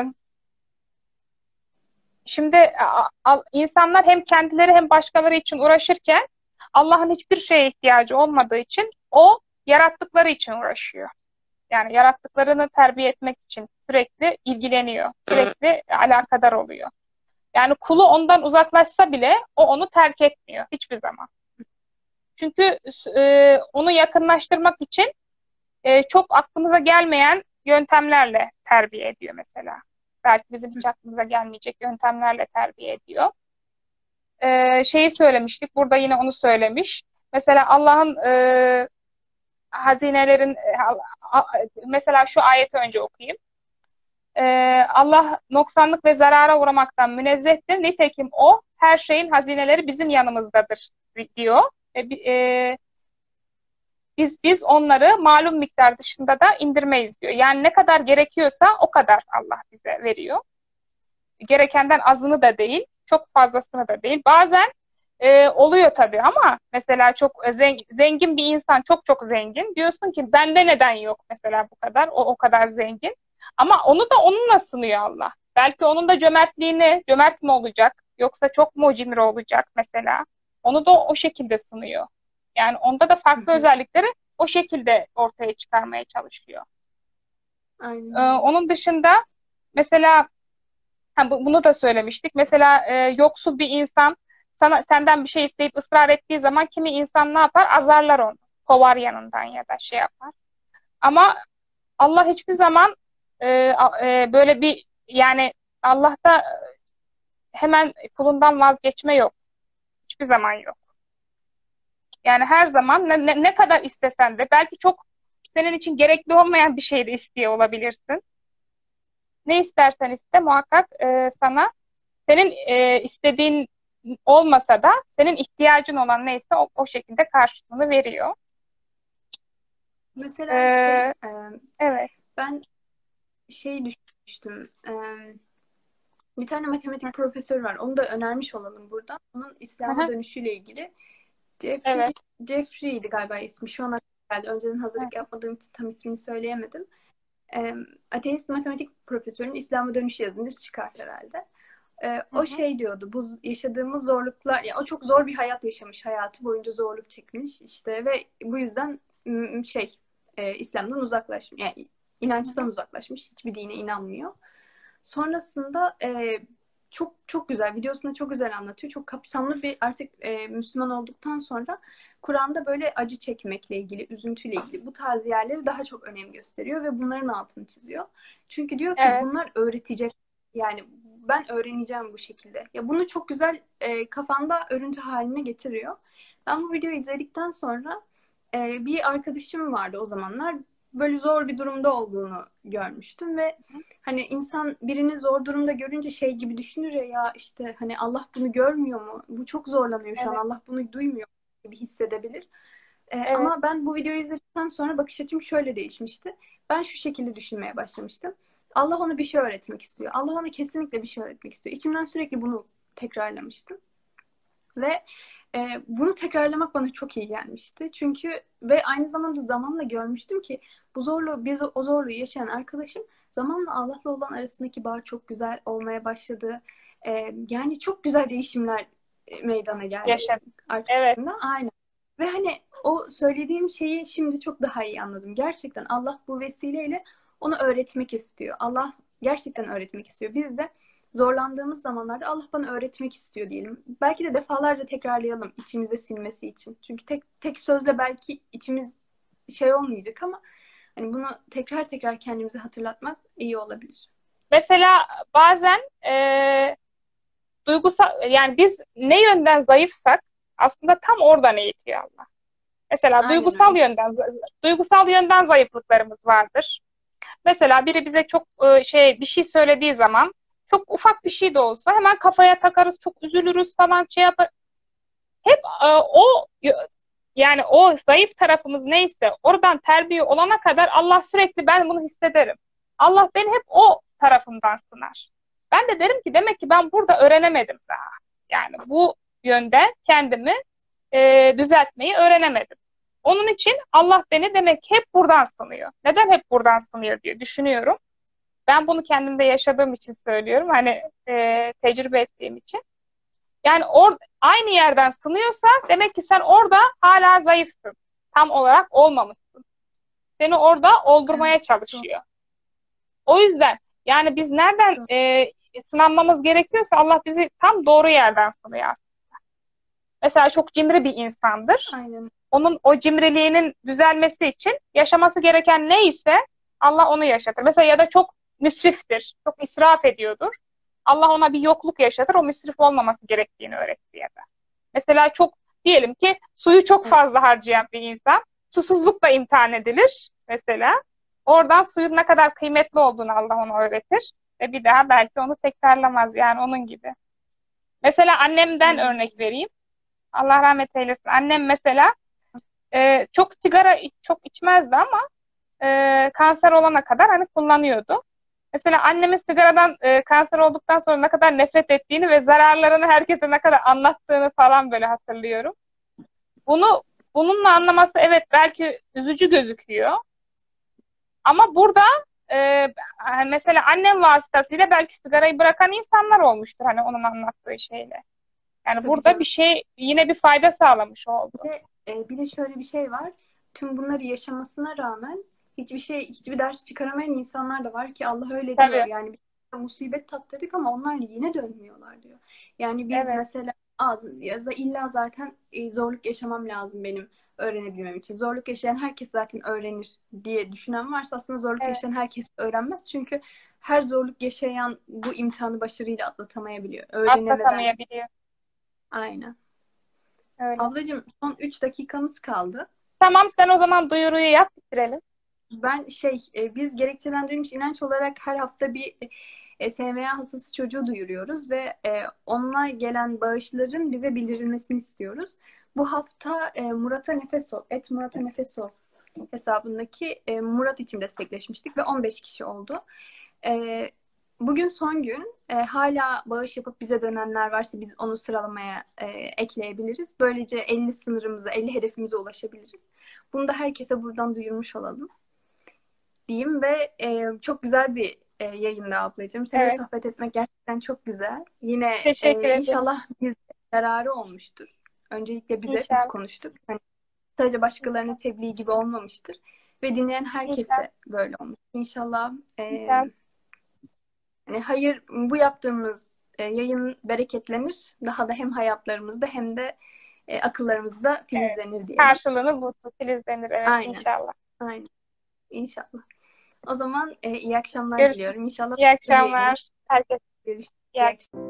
Şimdi a- a- insanlar hem kendileri hem başkaları için uğraşırken Allah'ın hiçbir şeye ihtiyacı olmadığı için o yarattıkları için uğraşıyor. Yani yarattıklarını terbiye etmek için sürekli ilgileniyor, sürekli alakadar oluyor. Yani kulu ondan uzaklaşsa bile o onu terk etmiyor hiçbir zaman. Çünkü e, onu yakınlaştırmak için e, çok aklımıza gelmeyen yöntemlerle terbiye ediyor mesela. Belki bizim hiç aklımıza gelmeyecek yöntemlerle terbiye ediyor. Ee, şeyi söylemiştik. Burada yine onu söylemiş. Mesela Allah'ın e, hazinelerin e, a- a- mesela şu ayeti önce okuyayım. Ee, Allah noksanlık ve zarara uğramaktan münezzehtir. Nitekim o her şeyin hazineleri bizim yanımızdadır diyor. Ve bi- e, biz biz onları malum miktar dışında da indirmeyiz diyor. Yani ne kadar gerekiyorsa o kadar Allah bize veriyor. Gerekenden azını da değil, çok fazlasını da değil. Bazen e, oluyor tabii ama mesela çok zengin, zengin bir insan, çok çok zengin. Diyorsun ki bende neden yok mesela bu kadar, o o kadar zengin. Ama onu da onunla sınıyor Allah. Belki onun da cömertliğini, cömert mi olacak yoksa çok mu cimri olacak mesela. Onu da o şekilde sınıyor. Yani onda da Hı farklı hı. özellikleri o şekilde ortaya çıkarmaya çalışıyor. Aynen Ee, öyle. onun dışında mesela ha, bu- bunu da söylemiştik. Mesela e, yoksul bir insan sana senden bir şey isteyip ısrar ettiği zaman kimi insan ne yapar? Azarlar onu. Kovar yanından ya da şey yapar. Ama Allah hiçbir zaman e, a- e, böyle bir yani Allah'ta hemen kulundan vazgeçme yok. Hiçbir zaman yok. Yani her zaman ne, ne, ne kadar istesen de belki çok senin için gerekli olmayan bir şey de istiyor olabilirsin. Ne istersen iste muhakkak e, sana senin e, istediğin olmasa da senin ihtiyacın olan neyse o, o şekilde karşılığını veriyor. Mesela şey, E, e, evet. ben şey düşünmüştüm. E, bir tane matematik profesörü var. Onu da önermiş olalım burada. Onun Hı İslam'a hı, dönüşüyle ilgili. Jeffrey, evet. Jeffrey'ydi galiba ismi. Şu an geldi. Önceden Hı hazırlık yapmadığım için tam ismini söyleyemedim. E, ateist matematik profesörünün İslam'a dönüş yazınca çıkar herhalde. E, hı, o hı. şey diyordu. Bu yaşadığımız zorluklar, ya o çok zor bir hayat yaşamış. Hayatı boyunca zorluk çekmiş işte ve bu yüzden m, şey e, İslam'dan uzaklaşmış. Yani Hı inançtan hı. uzaklaşmış. Hiçbir dine inanmıyor. Sonrasında e, çok çok güzel, videosunda çok güzel anlatıyor. Çok kapsamlı bir artık e, Müslüman olduktan sonra Kur'an'da böyle acı çekmekle ilgili, üzüntüyle ilgili bu tarz yerleri daha çok önem gösteriyor ve bunların altını çiziyor. Çünkü diyor ki Evet. bunlar öğretecek. Yani ben öğreneceğim bu şekilde. Ya bunu çok güzel e, kafanda örüntü haline getiriyor. Ben bu videoyu izledikten sonra e, bir arkadaşım vardı o zamanlar. Böyle zor bir durumda olduğunu görmüştüm ve hani insan birini zor durumda görünce şey gibi düşünür ya, ya işte hani Allah bunu görmüyor mu? Bu çok zorlanıyor şu an. Evet. Allah bunu duymuyor gibi hissedebilir. Ee, Evet. ama ben bu videoyu izledikten sonra bakış açım şöyle değişmişti. Ben şu şekilde düşünmeye başlamıştım. Allah ona bir şey öğretmek istiyor. Allah ona kesinlikle bir şey öğretmek istiyor. İçimden sürekli bunu tekrarlamıştım. Ve e, bunu tekrarlamak bana çok iyi gelmişti. Çünkü ve aynı zamanda zamanla görmüştüm ki bu zorluğu, biz o zorluğu yaşayan arkadaşım zamanla Allah'la olan arasındaki bağ çok güzel olmaya başladı. E, yani çok güzel değişimler e, meydana geldi Yaşadım. Evet. arkadaşımla. Aynen. Ve hani o söylediğim şeyi şimdi çok daha iyi anladım. Gerçekten Allah bu vesileyle onu öğretmek istiyor. Allah gerçekten öğretmek istiyor. Biz de zorlandığımız zamanlarda Allah bana öğretmek istiyor diyelim. Belki de defalarca tekrarlayalım içimize sinmesi için. Çünkü tek tek sözle belki içimiz şey olmayacak ama hani bunu tekrar tekrar kendimize hatırlatmak iyi olabilir. Mesela bazen e, duygusal yani biz ne yönden zayıfsak aslında tam oradan eğitiyor Allah. Mesela Aynen duygusal öyle. yönden duygusal yönden zayıflıklarımız vardır. Mesela biri bize çok e, şey bir şey söylediği zaman çok ufak bir şey de olsa hemen kafaya takarız, çok üzülürüz falan şey yapar. Hep e, o yani o zayıf tarafımız neyse oradan terbiye olana kadar Allah sürekli ben bunu hissederim. Allah beni hep o tarafımdan sınar. Ben de derim ki demek ki ben burada öğrenemedim daha. Yani bu yönde kendimi e, düzeltmeyi öğrenemedim. Onun için Allah beni demek ki hep buradan sınıyor. Neden hep buradan sınıyor diye düşünüyorum. Ben bunu kendimde yaşadığım için söylüyorum. Hani e, tecrübe ettiğim için. Yani or aynı yerden sınıyorsa demek ki sen orada hala zayıfsın. Tam olarak olmamışsın. Seni orada Evet, oldurmaya doğru, çalışıyor. O yüzden yani biz nereden doğru. e, sınanmamız gerekiyorsa Allah bizi tam doğru yerden sınıyor aslında. Mesela çok cimri bir insandır. Aynen. Onun o cimriliğinin düzelmesi için yaşaması gereken neyse Allah onu yaşatır. Mesela ya da çok müsriftir, çok israf ediyordur. Allah ona bir yokluk yaşatır, o müsrif olmaması gerektiğini öğretti ya da. Mesela çok diyelim ki suyu çok fazla harcayan bir insan susuzlukla imtihan edilir mesela. Oradan suyun ne kadar kıymetli olduğunu Allah ona öğretir ve bir daha belki onu tekrarlamaz, yani onun gibi. Mesela annemden örnek vereyim. Allah rahmet eylesin. Annem mesela e, çok sigara çok içmezdi ama e, kanser olana kadar hani kullanıyordu. Mesela annemin sigaradan e, kanser olduktan sonra ne kadar nefret ettiğini ve zararlarını herkese ne kadar anlattığını falan böyle hatırlıyorum. Bunu bununla anlaması evet belki üzücü gözüküyor. Ama burada e, mesela annem vasıtasıyla belki sigarayı bırakan insanlar olmuştur hani onun anlattığı şeyle. Yani Tabii burada canım. bir şey yine bir fayda sağlamış oldu. Bir de, e, bir de şöyle bir şey var. Tüm bunları yaşamasına rağmen hiçbir şey, hiçbir ders çıkaramayan insanlar da var ki Allah öyle diyor. Tabii, Yani bir musibet tattırdık ama onlar yine dönmüyorlar diyor. Yani biz evet, mesela az, ya da illa zaten e, zorluk yaşamam lazım benim öğrenebilmem için. Zorluk yaşayan herkes zaten öğrenir diye düşünen varsa aslında zorluk evet. yaşayan herkes öğrenmez. Çünkü her zorluk yaşayan bu imtihanı başarıyla atlatamayabiliyor. Öğrenemeden. Atlatamayabiliyor. Aynen. Öyle. Ablacığım son üç dakikamız kaldı. Tamam, sen o zaman duyuruyu yap, bitirelim. Ben şey e, biz gerekçelendirilmiş inanç olarak her hafta bir e, S M A hastası çocuğu duyuruyoruz ve e, onunla gelen bağışların bize bildirilmesini istiyoruz. Bu hafta e, Murat'a Nefesov, et Murat'a Nefesov hesabındaki e, Murat için destekleşmiştik ve on beş kişi oldu. E, bugün son gün. E, hala bağış yapıp bize dönenler varsa biz onu sıralamaya e, ekleyebiliriz. Böylece elli sınırımıza, elli hedefimize ulaşabiliriz. Bunu da herkese buradan duyurmuş olalım diyeyim ve e, çok güzel bir e, yayında ablacığım. Seninle Evet, sohbet etmek gerçekten çok güzel. Yine teşekkür e, ederim. inşallah bize yararı olmuştur. Öncelikle bize, biz İnşallah. konuştuk. Hani sadece başkalarına tebliğ gibi olmamıştır. Ve dinleyen İnşallah. herkese böyle olmuş. İnşallah e, İnşallah. hani hayır, bu yaptığımız e, yayın bereketlenir. Daha da hem hayatlarımızda hem de e, akıllarımızda Evet. filizlenir diyelim. Karşılığını bulsun, filizlenir. Evet, Aynen. inşallah. Aynen. İnşallah. O zaman e, iyi akşamlar Görüşürüz. diliyorum. İnşallah İyi bir yayın olur. akşamlar. Herkese Görüşürüz. iyi İyi akşamlar. akşamlar.